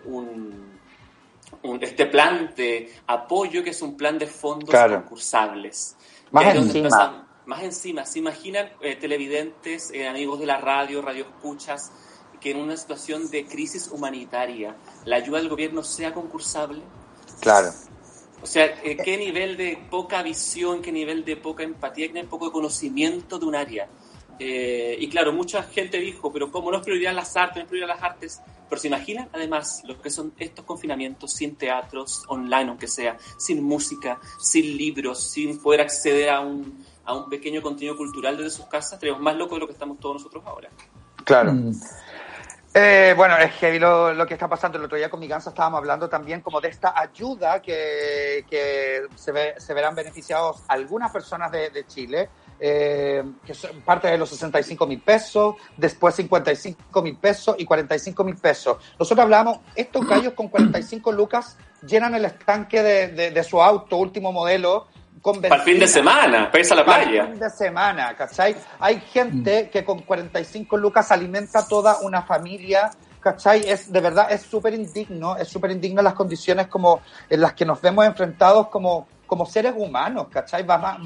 este plan de apoyo, que es un plan de fondos concursables. Más encima, ¿se imaginan televidentes, amigos de la radio escuchas, que en una situación de crisis humanitaria la ayuda del gobierno sea concursable? Claro. O sea, qué nivel de poca visión, qué nivel de poca empatía, qué nivel de poco conocimiento de un área. Y claro, mucha gente dijo, pero ¿cómo no es prioridad las artes, no es prioridad las artes? Pero se imaginan además lo que son estos confinamientos sin teatros online, aunque sea, sin música, sin libros, sin poder acceder a un pequeño contenido cultural desde sus casas. Tenemos más locos de lo que estamos todos nosotros ahora. Claro. Es heavy lo que está pasando. El otro día con mi Gansa estábamos hablando también como de esta ayuda que se verán beneficiados algunas personas de Chile, que parte de los 65.000 pesos, después 55.000 pesos y 45.000 pesos. Nosotros hablábamos, estos gallos con 45 lucas llenan el estanque de su auto, último modelo, con benzina. Para el fin de semana, para irse a la playa. Para el fin de semana, ¿cachai? Hay gente que con 45 lucas alimenta toda una familia, ¿cachai? De verdad, es súper indigno las condiciones como en las que nos vemos enfrentados como seres humanos, ¿cachai? Va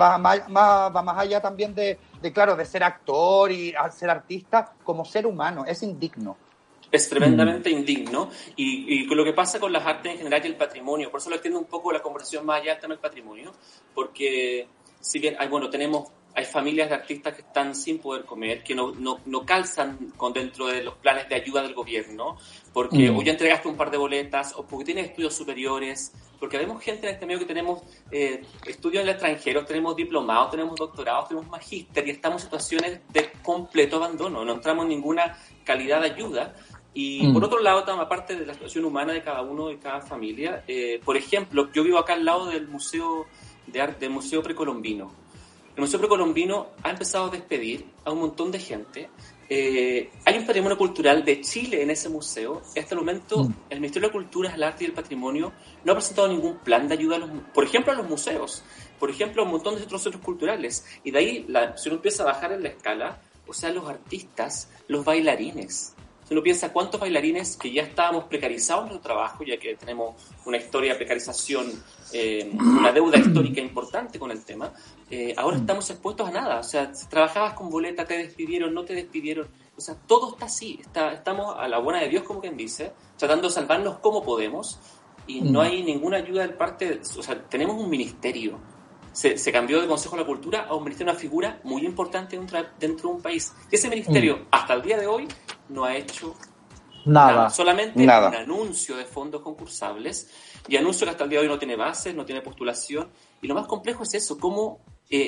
más allá también de ser actor y ser artista, como ser humano, es indigno. Es tremendamente indigno, y lo que pasa con las artes en general y el patrimonio, por eso lo entiendo un poco la conversación más allá del tema del patrimonio, porque si bien hay familias de artistas que están sin poder comer, que no calzan dentro de los planes de ayuda del gobierno, porque o ya entregaste un par de boletas, o porque tienes estudios superiores, porque vemos gente en este medio que tenemos estudios en el extranjero, tenemos diplomados, tenemos doctorados, tenemos magíster, y estamos en situaciones de completo abandono, no entramos en ninguna calidad de ayuda. Y por otro lado, aparte de la situación humana de cada uno, de cada familia, por ejemplo, yo vivo acá al lado del Museo del Museo Precolombino. El Museo Precolombino ha empezado a despedir a un montón de gente. Hay un patrimonio cultural de Chile en ese museo. Hasta el momento, el Ministerio de Cultura, el Arte y el Patrimonio no ha presentado ningún plan de ayuda, por ejemplo, a los museos, por ejemplo, a un montón de otros centros culturales. Y de ahí, si uno empieza a bajar en la escala, o sea, los artistas, los bailarines. Si uno piensa cuántos bailarines que ya estábamos precarizados en nuestro trabajo, ya que tenemos una historia de precarización, una deuda histórica importante con el tema, ahora estamos expuestos a nada. O sea, trabajabas con boleta, te despidieron, no te despidieron. O sea, todo está así. Estamos a la buena de Dios, como quien dice, tratando de salvarnos como podemos, y no hay ninguna ayuda del parte. O sea, tenemos un ministerio. Se cambió de Consejo de la Cultura a un ministerio, una figura muy importante dentro de un país. Y ese ministerio, hasta el día de hoy, no ha hecho nada. Solamente un anuncio de fondos concursables, y anuncio que hasta el día de hoy no tiene bases, no tiene postulación. Y lo más complejo es eso, cómo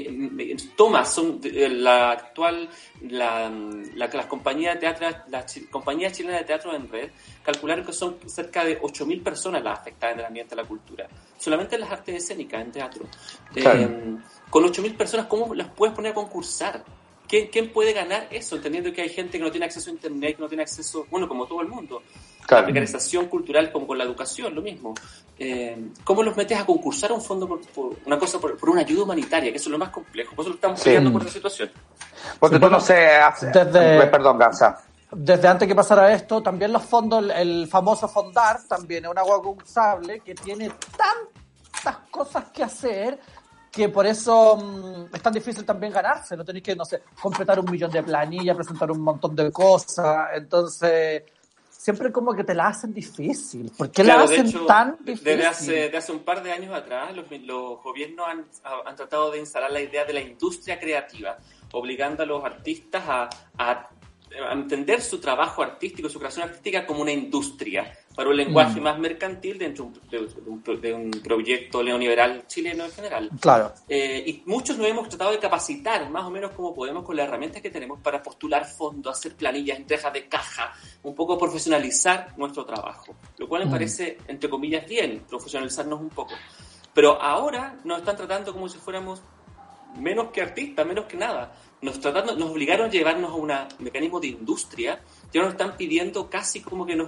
las compañías de teatro, las compañías chilenas de teatro en red calcularon que son cerca de 8.000 personas las afectadas en el ambiente de la cultura, solamente en las artes escénicas, en teatro. Con 8.000 personas, ¿cómo las puedes poner a concursar? ¿Quién puede ganar eso? Entendiendo que hay gente que no tiene acceso a internet, que no tiene acceso, como todo el mundo. La precarización cultural, como con la educación, lo mismo. ¿Cómo los metes a concursar a un fondo por una ayuda humanitaria? Que eso es lo más complejo. Por eso lo estamos peleando por esta situación. Porque tú no sé... Perdón, Gansa. Desde antes que pasara esto, también los fondos, el famoso Fondar, también es una agua concursable que tiene tantas cosas que hacer, que por eso es tan difícil también ganarse. No tenéis que, completar 1 millón de planillas, presentar un montón de cosas. Entonces, siempre como que te la hacen difícil. ¿Por qué la hacen tan difícil? Desde hace un par de años atrás, los gobiernos han tratado de instalar la idea de la industria creativa, obligando a los artistas a entender su trabajo artístico, su creación artística como una industria, para un lenguaje más mercantil dentro de un proyecto neoliberal chileno en general. Claro. Y muchos nos hemos tratado de capacitar más o menos como podemos con las herramientas que tenemos para postular fondos, hacer planillas, entregas de caja, un poco profesionalizar nuestro trabajo, lo cual me parece, entre comillas, bien, profesionalizarnos un poco. Pero ahora nos están tratando como si fuéramos menos que artistas, menos que nada. Nos obligaron a llevarnos a un mecanismo de industria, y ahora nos están pidiendo casi como que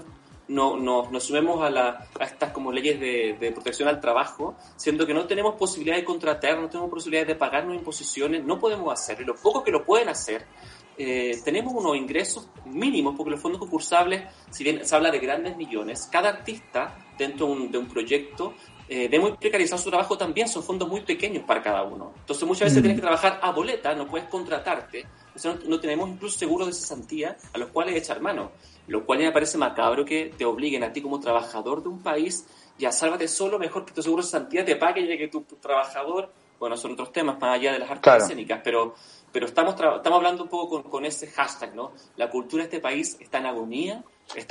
nos sumemos a estas como leyes de protección al trabajo, siendo que no tenemos posibilidad de contratar, no tenemos posibilidad de pagarnos imposiciones, no podemos hacerlo, y los pocos que lo pueden hacer, tenemos unos ingresos mínimos, porque los fondos concursables, si bien se habla de grandes millones, cada artista dentro de un proyecto de muy precarizado su trabajo también, son fondos muy pequeños para cada uno. Entonces muchas veces tienes que trabajar a boleta, no puedes contratarte, o sea, no tenemos incluso seguros de cesantía a los cuales echar mano, lo cual ya me parece macabro que te obliguen a ti como trabajador de un país, ya sálvate solo, mejor que tu seguro de cesantía te pague ya que tu trabajador, bueno, son otros temas más allá de las artes escénicas, pero estamos hablando un poco con ese hashtag, ¿no? La cultura de este país está en agonía,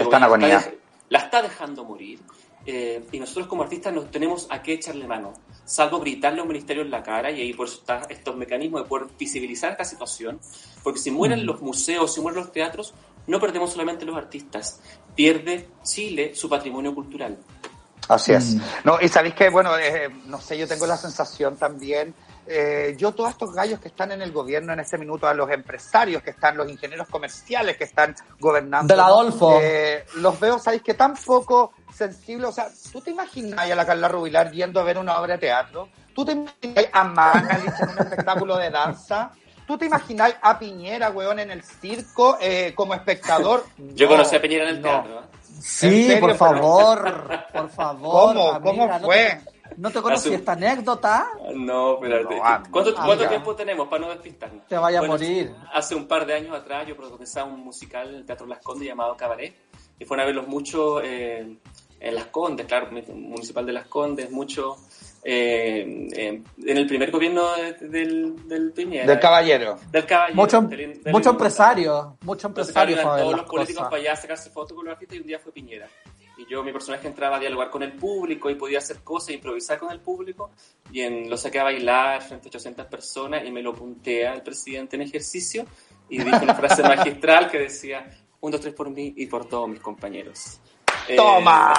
la está dejando morir. Y nosotros como artistas nos tenemos a qué echarle mano, salvo gritarle a un ministerio en la cara, y ahí por eso están estos mecanismos de poder visibilizar esta situación, porque si mueren los museos, si mueren los teatros, no perdemos solamente los artistas, pierde Chile su patrimonio cultural. Así es. No, y sabéis que, bueno, no sé, yo tengo la sensación también yo todos estos gallos que están en el gobierno en este minuto, a los empresarios que están, los ingenieros comerciales que están gobernando, del Adolfo, los veo, ¿sabéis? Que tan poco sensibles. O sea, ¿tú te imaginas a la Carla Rubilar yendo a ver una obra de teatro? ¿Tú te imaginas a Mañalich en un espectáculo de danza? ¿Tú te imaginas a Piñera, weón, en el circo como espectador? Yo conocí a Piñera en el teatro. Sí, por favor, por favor. ¿Cómo fue? ¿No te conocí esta anécdota? No, pero ¿cuánto tiempo tenemos para no despistarnos? Te vaya a morir. Hace un par de años atrás yo protagonizaba un musical en el Teatro Las Condes llamado Cabaret, y fueron a verlos mucho en Las Condes, claro, municipal de Las Condes, mucho en el primer gobierno del Piñera. Del Caballero. Mucho empresario todos los políticos para allá a sacarse fotos con los artistas, y un día fue Piñera. Y mi personaje entraba a dialogar con el público y podía hacer cosas, improvisar con el público, y lo saqué a bailar frente a 800 personas y me lo puntea el presidente en ejercicio y dijo una frase magistral que decía: 1, 2, 3 por mí y por todos mis compañeros. ¡Toma!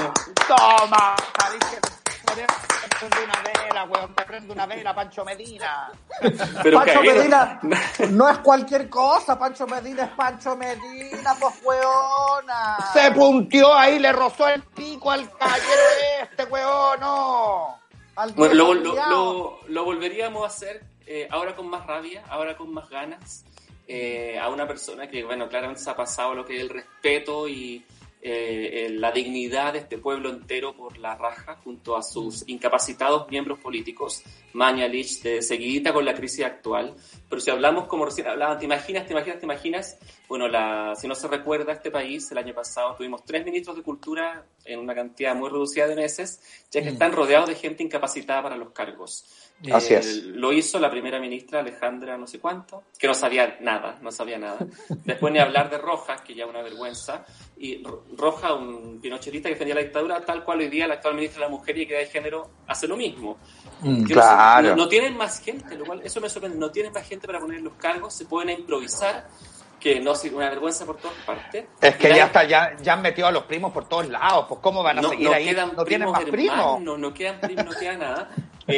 Prende una vela, weón, te prende una vela, Pancho Medina. Pero Pancho Medina no es cualquier cosa, Pancho Medina es Pancho Medina, pues weona. Se puntió ahí, le rozó el pico al caballero weón, no. Bueno, lo volveríamos a hacer ahora con más rabia, ahora con más ganas, a una persona que, bueno, claramente se ha pasado lo que es el respeto y la dignidad de este pueblo entero por la raja, junto a sus incapacitados miembros políticos. Mañalich, de seguidita con la crisis actual. Pero si hablamos como recién hablaban, ¿te imaginas? Bueno, si no se recuerda, este país el año pasado tuvimos 3 ministros de Cultura en una cantidad muy reducida de meses, ya que están rodeados de gente incapacitada para los cargos. Así es. Lo hizo la primera ministra Alejandra no sé cuánto, que no sabía nada. Después ni hablar de Rojas, que ya es una vergüenza, y Rojas, un pinochetista que defendía la dictadura, tal cual hoy día la actual ministra de la Mujer y Equidad de Género hace lo mismo. Claro. No tienen más gente, lo cual eso me sorprende, no tienen más gente para poner los cargos, se pueden improvisar, que no es una vergüenza por todas partes. Es que ya han metido a los primos por todos lados, pues ¿cómo van a seguir ahí? No tienen más primos. No quedan primos, no queda nada.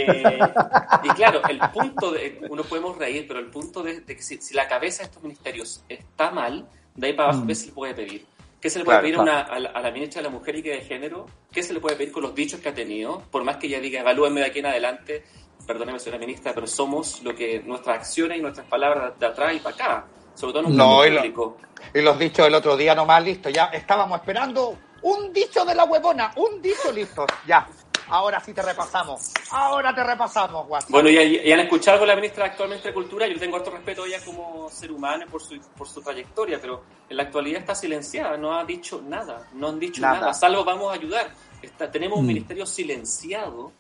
Y claro, el punto uno podemos reír, pero el punto de que si la cabeza de estos ministerios está mal, de ahí para abajo, ¿qué se le puede pedir? ¿Qué se le puede pedir a la ministra de la Mujer y Equidad de Género? ¿Qué se le puede pedir con los dichos que ha tenido? Por más que ella diga, evalúenme de aquí en adelante, perdóneme señora ministra, pero somos lo que nuestras acciones y nuestras palabras de atrás y para acá, sobre todo en un campo público. Y los dichos del otro día nomás, listo, ya estábamos esperando un dicho de la huevona, un dicho listo, ya. Ahora sí te repasamos, WhatsApp. Bueno, y han escuchado con la ministra actualmente de Cultura, yo le tengo harto respeto a ella como ser humano por su trayectoria, pero en la actualidad está silenciada, no ha dicho nada, salvo vamos a ayudar. Tenemos un ministerio silenciado,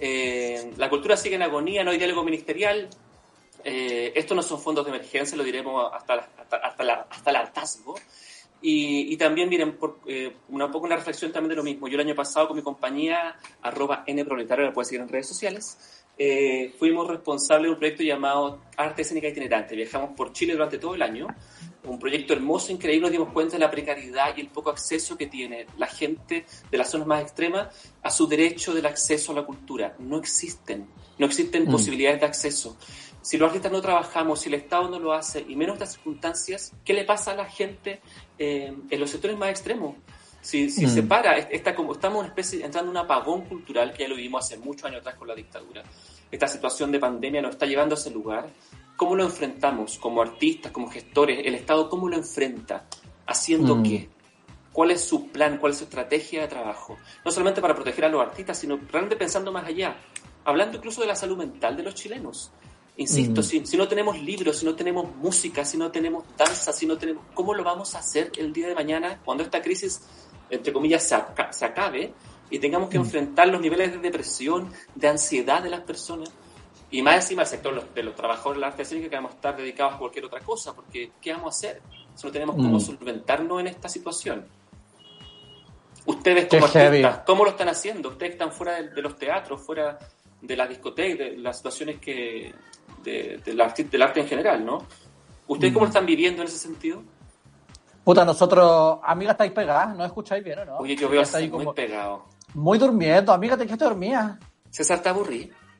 la cultura sigue en agonía, no hay diálogo ministerial, esto no son fondos de emergencia, lo diremos hasta el hartazgo. Y también, miren, una reflexión también de lo mismo. Yo el año pasado con mi compañía @nproletario, la puedes seguir en redes sociales, fuimos responsables de un proyecto llamado Arte Escénica Itinerante. Viajamos por Chile durante todo el año, un proyecto hermoso, increíble. Nos dimos cuenta de la precariedad y el poco acceso que tiene la gente de las zonas más extremas a su derecho del acceso a la cultura. No existen posibilidades de acceso. Si los artistas no trabajamos, si el Estado no lo hace, y menos estas circunstancias, ¿qué le pasa a la gente en los sectores más extremos? Si se para, estamos una especie, entrando en un apagón cultural, que ya lo vivimos hace muchos años atrás con la dictadura. Esta situación de pandemia nos está llevando a ese lugar. ¿Cómo lo enfrentamos como artistas, como gestores? ¿El Estado cómo lo enfrenta? ¿Haciendo qué? ¿Cuál es su plan? ¿Cuál es su estrategia de trabajo? No solamente para proteger a los artistas, sino realmente pensando más allá. Hablando incluso de la salud mental de los chilenos. Insisto, si no tenemos libros, si no tenemos música, si no tenemos danza, ¿cómo lo vamos a hacer el día de mañana cuando esta crisis, entre comillas, se acabe y tengamos que enfrentar los niveles de depresión, de ansiedad de las personas? Y más encima el sector de los trabajadores de la arte escénica, que vamos a estar dedicados a cualquier otra cosa, porque ¿qué vamos a hacer si no tenemos cómo solventarnos en esta situación? Ustedes como artistas, ¿cómo lo están haciendo? Ustedes están fuera de los teatros, fuera de las discotecas, de las situaciones del arte en general, ¿no? ¿Ustedes cómo lo están viviendo en ese sentido? Puta, nosotros, amiga, estáis pegadas, ¿no escucháis bien o no? Oye, yo veo así muy pegado. Muy durmiendo, amiga, ¿te quedaste dormida? César, ¿te aburrí?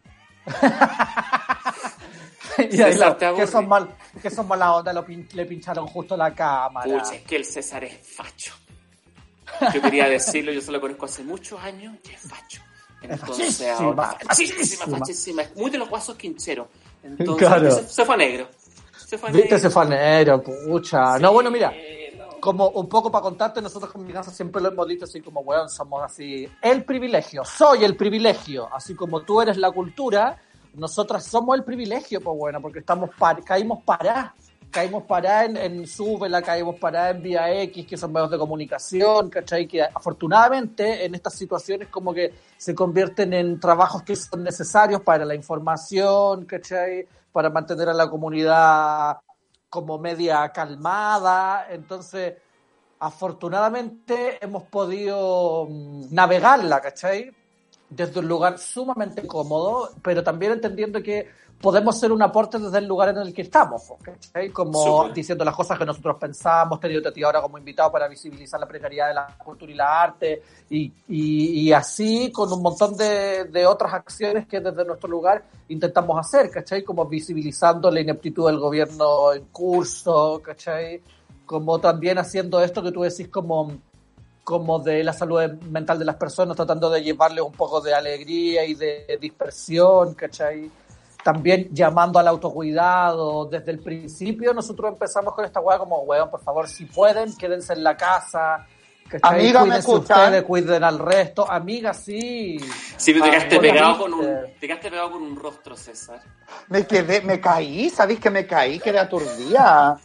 Y ahí que son mala onda, le pincharon justo la cámara. Pucha, es que el César es facho. Yo quería decirlo, yo solo lo conozco hace muchos años y es facho. Entonces, fachísima. Es muy de los guasos quincheros. Entonces, claro. se fue a negro. Se fue a negro, pucha. Sí, no, bueno, mira, como un poco para contarte, nosotros con mi casa siempre lo hemos dicho así como, weón, somos así, el privilegio, soy el privilegio, así como tú eres la cultura, nosotras somos el privilegio, pues bueno, porque caímos paradas en Súbela, caímos paradas en Vía X, que son medios de comunicación, ¿cachai? Que afortunadamente en estas situaciones como que se convierten en trabajos que son necesarios para la información, ¿cachai? Para mantener a la comunidad como media calmada. Entonces, afortunadamente hemos podido navegarla, ¿cachai? Desde un lugar sumamente cómodo, pero también entendiendo que podemos ser un aporte desde el lugar en el que estamos, ¿cachai? Como diciendo las cosas que nosotros pensamos, teniendo a ti ahora como invitado para visibilizar la precariedad de la cultura y la arte, y así con un montón de otras acciones que desde nuestro lugar intentamos hacer, ¿cachai? Como visibilizando la ineptitud del gobierno en curso, ¿cachai? Como también haciendo esto que tú decís como de la salud mental de las personas, tratando de llevarles un poco de alegría y de dispersión, ¿cachai? También llamando al autocuidado. Desde el principio nosotros empezamos con esta hueá como, weón, por favor, si pueden, quédense en la casa. ¿Cachai? Amiga, ¿me escuchan? Ustedes cuiden al resto. Amiga, sí. Sí, pero te quedaste pegado con un rostro, César. Me caí, ¿sabéis que me caí? Quedé aturdida.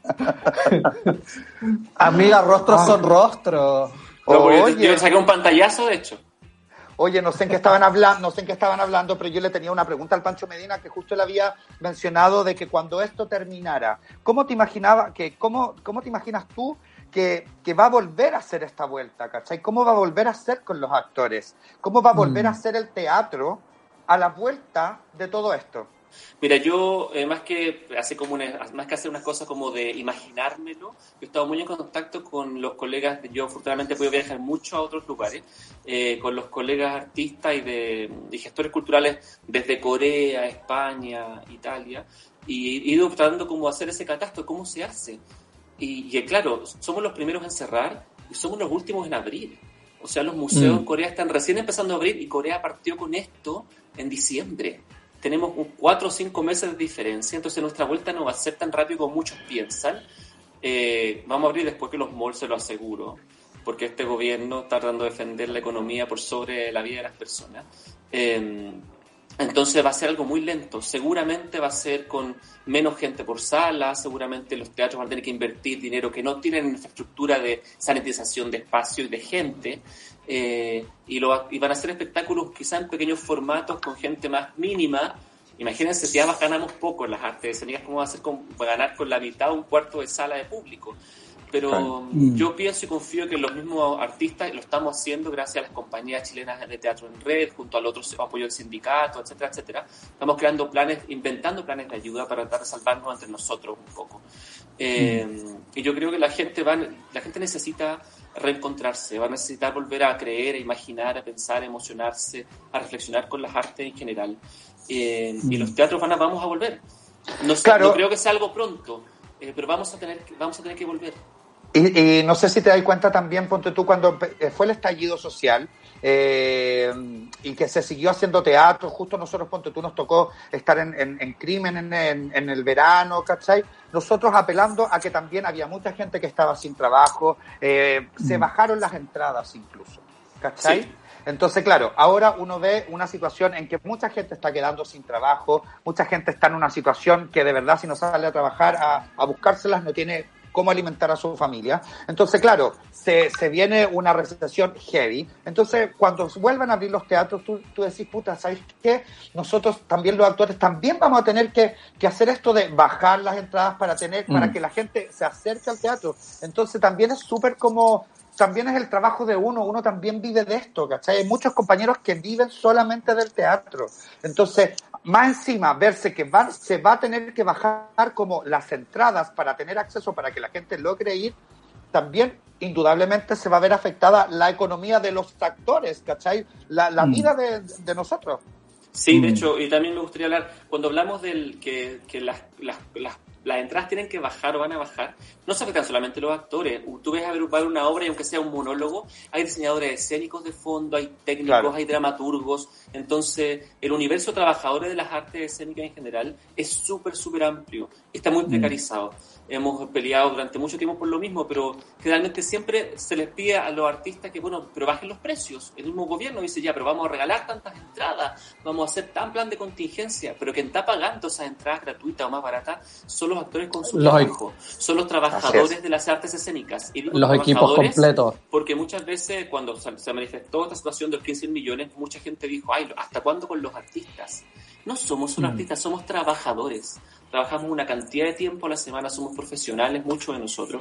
Amiga, rostros son rostros. No, yo saqué un pantallazo, de hecho. Oye, no sé en qué estaban hablando, pero yo le tenía una pregunta al Pancho Medina que justo le había mencionado de que cuando esto terminara, ¿cómo te imaginas tú que va a volver a hacer esta vuelta, ¿cachai? ¿Cómo va a volver a ser con los actores? ¿Cómo va a volver a ser el teatro a la vuelta de todo esto? Mira, yo más que hacer unas cosas como de imaginármelo, yo he estado muy en contacto con los colegas, yo afortunadamente he podido viajar mucho a otros lugares, con los colegas artistas y gestores culturales desde Corea, España, Italia, y he ido tratando como hacer ese catastro, cómo se hace. Y claro, somos los primeros en cerrar y somos los últimos en abrir. O sea, los museos en Corea están recién empezando a abrir y Corea partió con esto en diciembre. Tenemos 4 o 5 meses de diferencia, entonces nuestra vuelta no va a ser tan rápido como muchos piensan. Vamos a abrir después que los malls, se lo aseguro, porque este gobierno está tratando de defender la economía por sobre la vida de las personas. Entonces va a ser algo muy lento, seguramente va a ser con menos gente por sala, seguramente los teatros van a tener que invertir dinero que no tienen infraestructura de sanitización de espacio y de gente, y van a hacer espectáculos quizá en pequeños formatos con gente más mínima. Imagínense, si ya ganamos poco en las artes escénicas, ¿cómo va a ser ganar con la mitad o un cuarto de sala de público? Pero yo pienso y confío que los mismos artistas lo estamos haciendo gracias a las compañías chilenas de teatro en red, junto al otro apoyo del sindicato, etcétera, etcétera. Estamos creando inventando planes de ayuda para tratar de salvarnos entre nosotros un poco. Y yo creo que la gente necesita reencontrarse, va a necesitar volver a creer, a imaginar, a pensar, a emocionarse, a reflexionar con las artes en general. Y los teatros vamos a volver. No creo que sea algo pronto, pero vamos a tener que volver. Y no sé si te das cuenta también, ponte tú, cuando fue el estallido social y que se siguió haciendo teatro, justo nosotros, ponte tú, nos tocó estar en Crimen en el verano, ¿cachai? Nosotros apelando a que también había mucha gente que estaba sin trabajo, se bajaron las entradas incluso, ¿cachai? Sí. Entonces, claro, ahora uno ve una situación en que mucha gente está quedando sin trabajo, mucha gente está en una situación que de verdad si no sale a trabajar a buscárselas no tiene cómo alimentar a su familia. Entonces, claro, se viene una recesión heavy. Entonces, cuando vuelvan a abrir los teatros, tú decís, puta, ¿sabes qué? Nosotros también, los actores, también vamos a tener que hacer esto de bajar las entradas para que la gente se acerque al teatro. Entonces, también es súper también es el trabajo de uno también vive de esto, ¿cachai? Hay muchos compañeros que viven solamente del teatro. Entonces, más encima, verse que se va a tener que bajar como las entradas para tener acceso, para que la gente logre ir, también indudablemente se va a ver afectada la economía de los actores, ¿cachai? La vida de nosotros. Sí, de hecho, y también me gustaría hablar, cuando hablamos del que las entradas tienen que bajar o van a bajar, no se afectan solamente los actores. Tú ves a ver una obra y aunque sea un monólogo, hay diseñadores escénicos de fondo, hay técnicos, hay dramaturgos. Entonces, el universo de trabajadores de las artes escénicas en general es súper, súper amplio. Está muy precarizado. Hemos peleado durante mucho tiempo por lo mismo, pero generalmente siempre se les pide a los artistas que, pero bajen los precios. El mismo gobierno dice, ya, pero vamos a regalar tantas entradas, vamos a hacer tan plan de contingencia, pero quien está pagando esas entradas gratuitas o más baratas son los actores con su trabajo, son los trabajadores de las artes escénicas. Y los equipos completos. Porque muchas veces cuando se manifestó esta situación de los 15 millones, mucha gente dijo, ¿hasta cuándo con los artistas? No somos solo artistas, somos trabajadores. Trabajamos una cantidad de tiempo a la semana, somos profesionales, muchos de nosotros.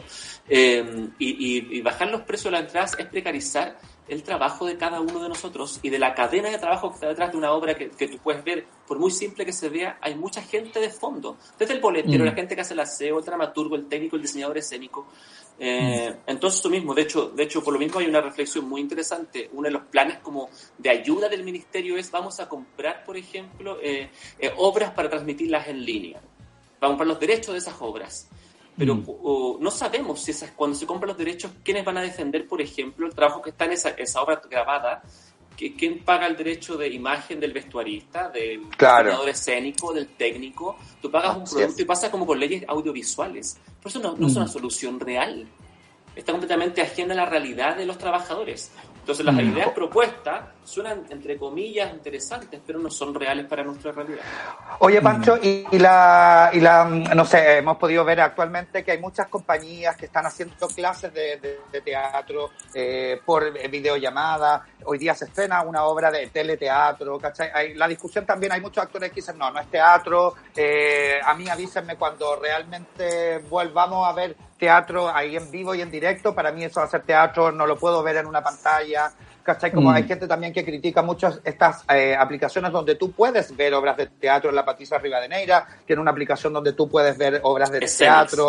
Y bajar los precios de las entradas es precarizar el trabajo de cada uno de nosotros y de la cadena de trabajo que está detrás de una obra que tú puedes ver. Por muy simple que se vea, hay mucha gente de fondo. Desde el boletero, la gente que hace el aseo, el dramaturgo, el técnico, el diseñador escénico. Entonces eso mismo, de hecho por lo mismo hay una reflexión muy interesante. Uno de los planes como de ayuda del ministerio es vamos a comprar, por ejemplo, obras para transmitirlas en línea. Vamos a comprar los derechos de esas obras. Pero no sabemos si cuando se compran los derechos, quiénes van a defender, por ejemplo, el trabajo que está en esa obra grabada. ¿Quién paga el derecho de imagen del vestuarista, del diseñador escénico, del técnico? Tú pagas un producto y pasa como con leyes audiovisuales. Por eso no es una solución real. Está completamente ajena a la realidad de los trabajadores. Entonces las ideas propuestas suenan, entre comillas, interesantes, pero no son reales para nuestra realidad. Oye, Pancho, no sé, hemos podido ver actualmente que hay muchas compañías que están haciendo clases de teatro por videollamada. Hoy día se estrena una obra de teleteatro, ¿cachai? La discusión también, hay muchos actores que dicen, no es teatro. A mí avísenme cuando realmente volvamos a ver teatro ahí en vivo y en directo. Para mí eso va a ser teatro, no lo puedo ver en una pantalla, ¿cachai? Como hay gente también que critica mucho estas aplicaciones donde tú puedes ver obras de teatro. En la Patricia Rivadeneira tiene una aplicación donde tú puedes ver obras de teatro.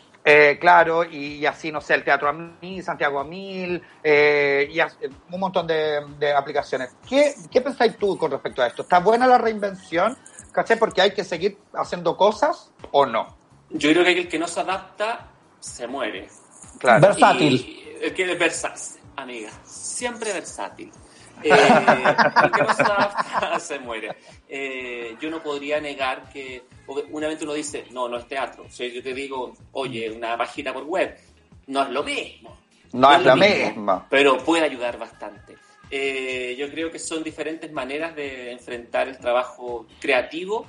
Claro, y así, no sé, el Teatro a Mí, Santiago a Mil, y un montón de aplicaciones. ¿Qué pensáis tú con respecto a esto? ¿Está buena la reinvención? ¿Cachai? Porque hay que seguir haciendo cosas o no. Yo creo que el que no se adapta se muere. Claro. Versátil. Y el que es versátil, amiga, siempre versátil. El que no se adapta se muere. Yo no podría negar que una vez uno dice, no es teatro. O sea, yo te digo, oye, una página por web, no es lo mismo. No es lo mismo. Pero puede ayudar bastante. Yo creo que son diferentes maneras de enfrentar el trabajo creativo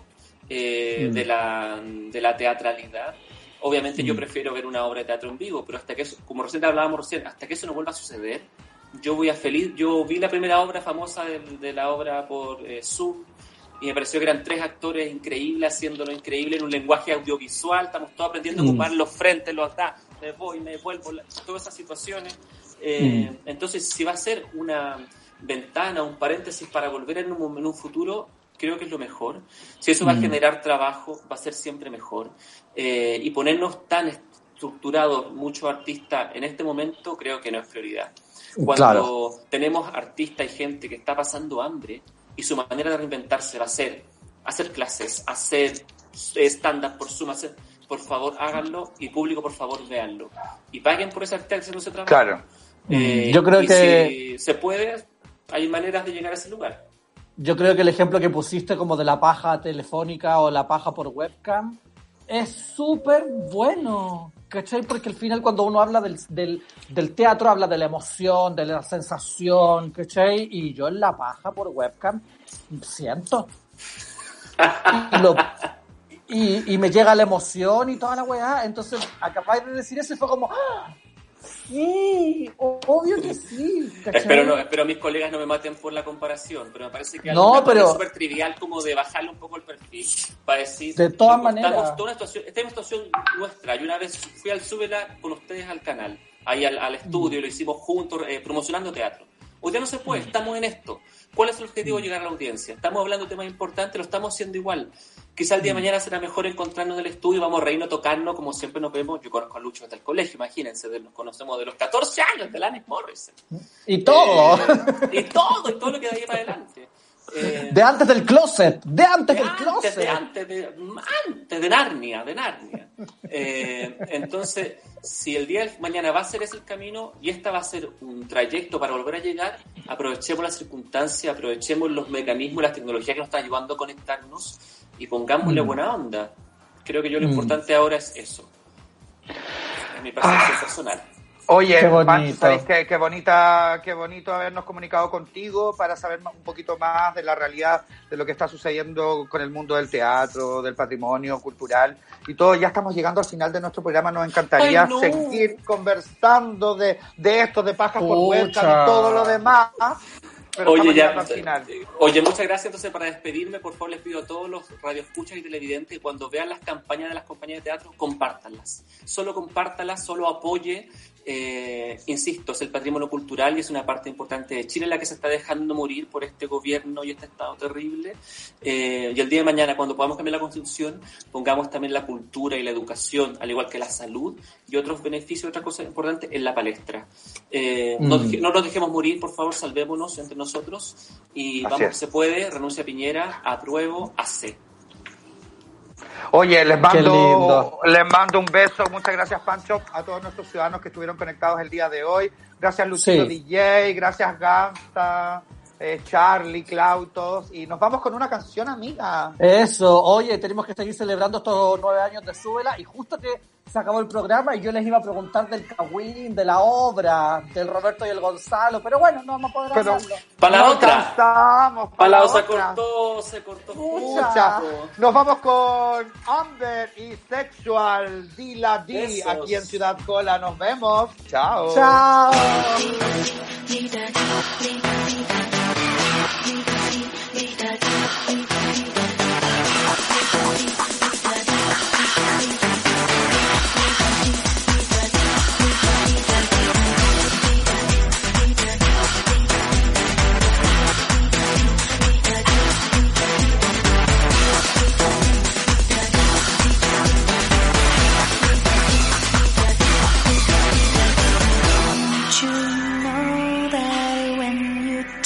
de la teatralidad. Obviamente yo prefiero ver una obra de teatro en vivo, pero hasta que eso, como recién hablábamos hasta que eso no vuelva a suceder, yo voy a feliz. Yo vi la primera obra famosa de la obra por Zoom y me pareció que eran 3 actores increíbles haciéndolo increíble en un lenguaje audiovisual. Estamos todos aprendiendo a ocupar los frentes, los atrás, me voy, me vuelvo, todas esas situaciones. Entonces, si va a ser una ventana, un paréntesis para volver en un futuro, creo que es lo mejor. Si eso va a generar trabajo, va a ser siempre mejor. Y ponernos tan estructurados, muchos artistas, en este momento, creo que no es prioridad. Cuando tenemos artistas y gente que está pasando hambre y su manera de reinventarse va a ser hacer clases, hacer stand-up por Zoom, por favor háganlo, y público, por favor, véanlo. Y paguen por ese artista haciendo ese trabajo. Claro. Yo creo que si se puede, hay maneras de llegar a ese lugar. Yo creo que el ejemplo que pusiste como de la paja telefónica o la paja por webcam es súper bueno, ¿cachai? Porque al final cuando uno habla del teatro, habla de la emoción, de la sensación, ¿cachai? Y yo en la paja por webcam siento. Y me llega la emoción y toda la weá. Entonces, acabáis de decir eso y fue como... ¡Ah! Sí, obvio que sí. ¿Cachai? Espero mis colegas no me maten por la comparación, pero me parece que es súper trivial como de bajarle un poco el perfil para decir... De todas maneras. Esta es una situación nuestra. Yo una vez fui al Súbela con ustedes al canal, ahí al estudio, lo hicimos juntos, promocionando teatro. Hoy ya no se puede, estamos en esto. ¿Cuál es el objetivo? Llegar a la audiencia. Estamos hablando de temas importantes, lo estamos haciendo igual. Quizá el día de mañana será mejor encontrarnos en el estudio, vamos a reírnos, tocarnos, como siempre nos vemos. Yo conozco a Lucho desde el colegio, imagínense, nos conocemos de los 14 años, de Alanis Morissette. Y todo. Y todo lo que da ahí para adelante. De antes del closet, antes de Narnia. Entonces, si el día de mañana va a ser ese el camino y esta va a ser un trayecto para volver a llegar, aprovechemos las circunstancias, aprovechemos los mecanismos y las tecnologías que nos están ayudando a conectarnos y pongámosle buena onda. Creo que lo importante ahora es eso. Es mi percepción personal. Oye, ¿sabes qué bonito habernos comunicado contigo para saber un poquito más de la realidad de lo que está sucediendo con el mundo del teatro, del patrimonio cultural y todo. Ya estamos llegando al final de nuestro programa. Nos encantaría seguir conversando de esto, de pajas por webcam y todo lo demás. Pero Oye, muchas gracias. Entonces, para despedirme, por favor, les pido a todos los radioescuchas y televidentes que cuando vean las campañas de las compañías de teatro, compártanlas. Solo compártanlas, solo apoye. Insisto, es el patrimonio cultural y es una parte importante de Chile la que se está dejando morir por este gobierno y este estado terrible. Y el día de mañana, cuando podamos cambiar la Constitución, pongamos también la cultura y la educación, al igual que la salud y otros beneficios, otras cosas importantes en la palestra. No nos dejemos morir, por favor, salvémonos entre nosotros y vamos, se puede, renuncia a Piñera, apruebo, AC. Oye, les mando un beso. Muchas gracias, Pancho, a todos nuestros ciudadanos que estuvieron conectados el día de hoy. Gracias, Luchito DJ, gracias, Gansa, Charlie, Clau, todos. Y nos vamos con una canción, amiga. Eso, oye, tenemos que seguir celebrando estos 9 años de Súbela y justo que se acabó el programa y yo les iba a preguntar del Cagüín, de la obra, del Roberto y el Gonzalo, pero bueno, no vamos a poder hacerlo. Para la otra. Para la otra. Se cortó. Nos vamos con Amber y Sexual, Dila D, aquí en Ciudad Cola. Nos vemos. Chao. Chao. You know that when you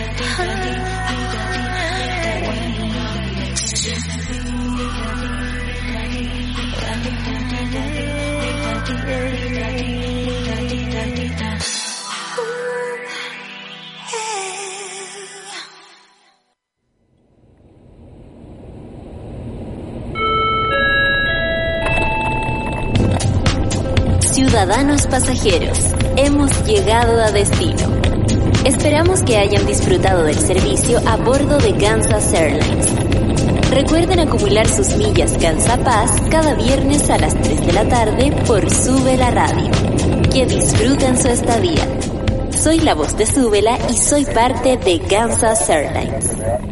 Ciudadanos pasajeros, hemos llegado a destino. Esperamos que hayan disfrutado del servicio a bordo de Kansas Airlines. Recuerden acumular sus millas Kansapaz cada viernes a las 3 de la tarde por Súbela Radio. Que disfruten su estadía. Soy la voz de Súbela y soy parte de Kansas Airlines.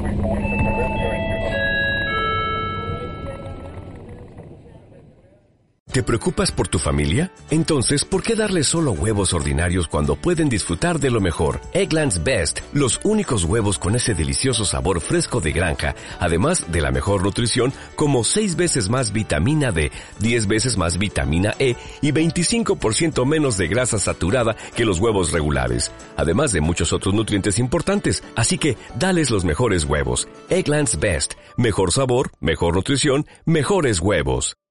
¿Te preocupas por tu familia? Entonces, ¿por qué darles solo huevos ordinarios cuando pueden disfrutar de lo mejor? Eggland's Best, los únicos huevos con ese delicioso sabor fresco de granja, además de la mejor nutrición, como 6 veces más vitamina D, 10 veces más vitamina E y 25% menos de grasa saturada que los huevos regulares, además de muchos otros nutrientes importantes. Así que, dales los mejores huevos. Eggland's Best, mejor sabor, mejor nutrición, mejores huevos.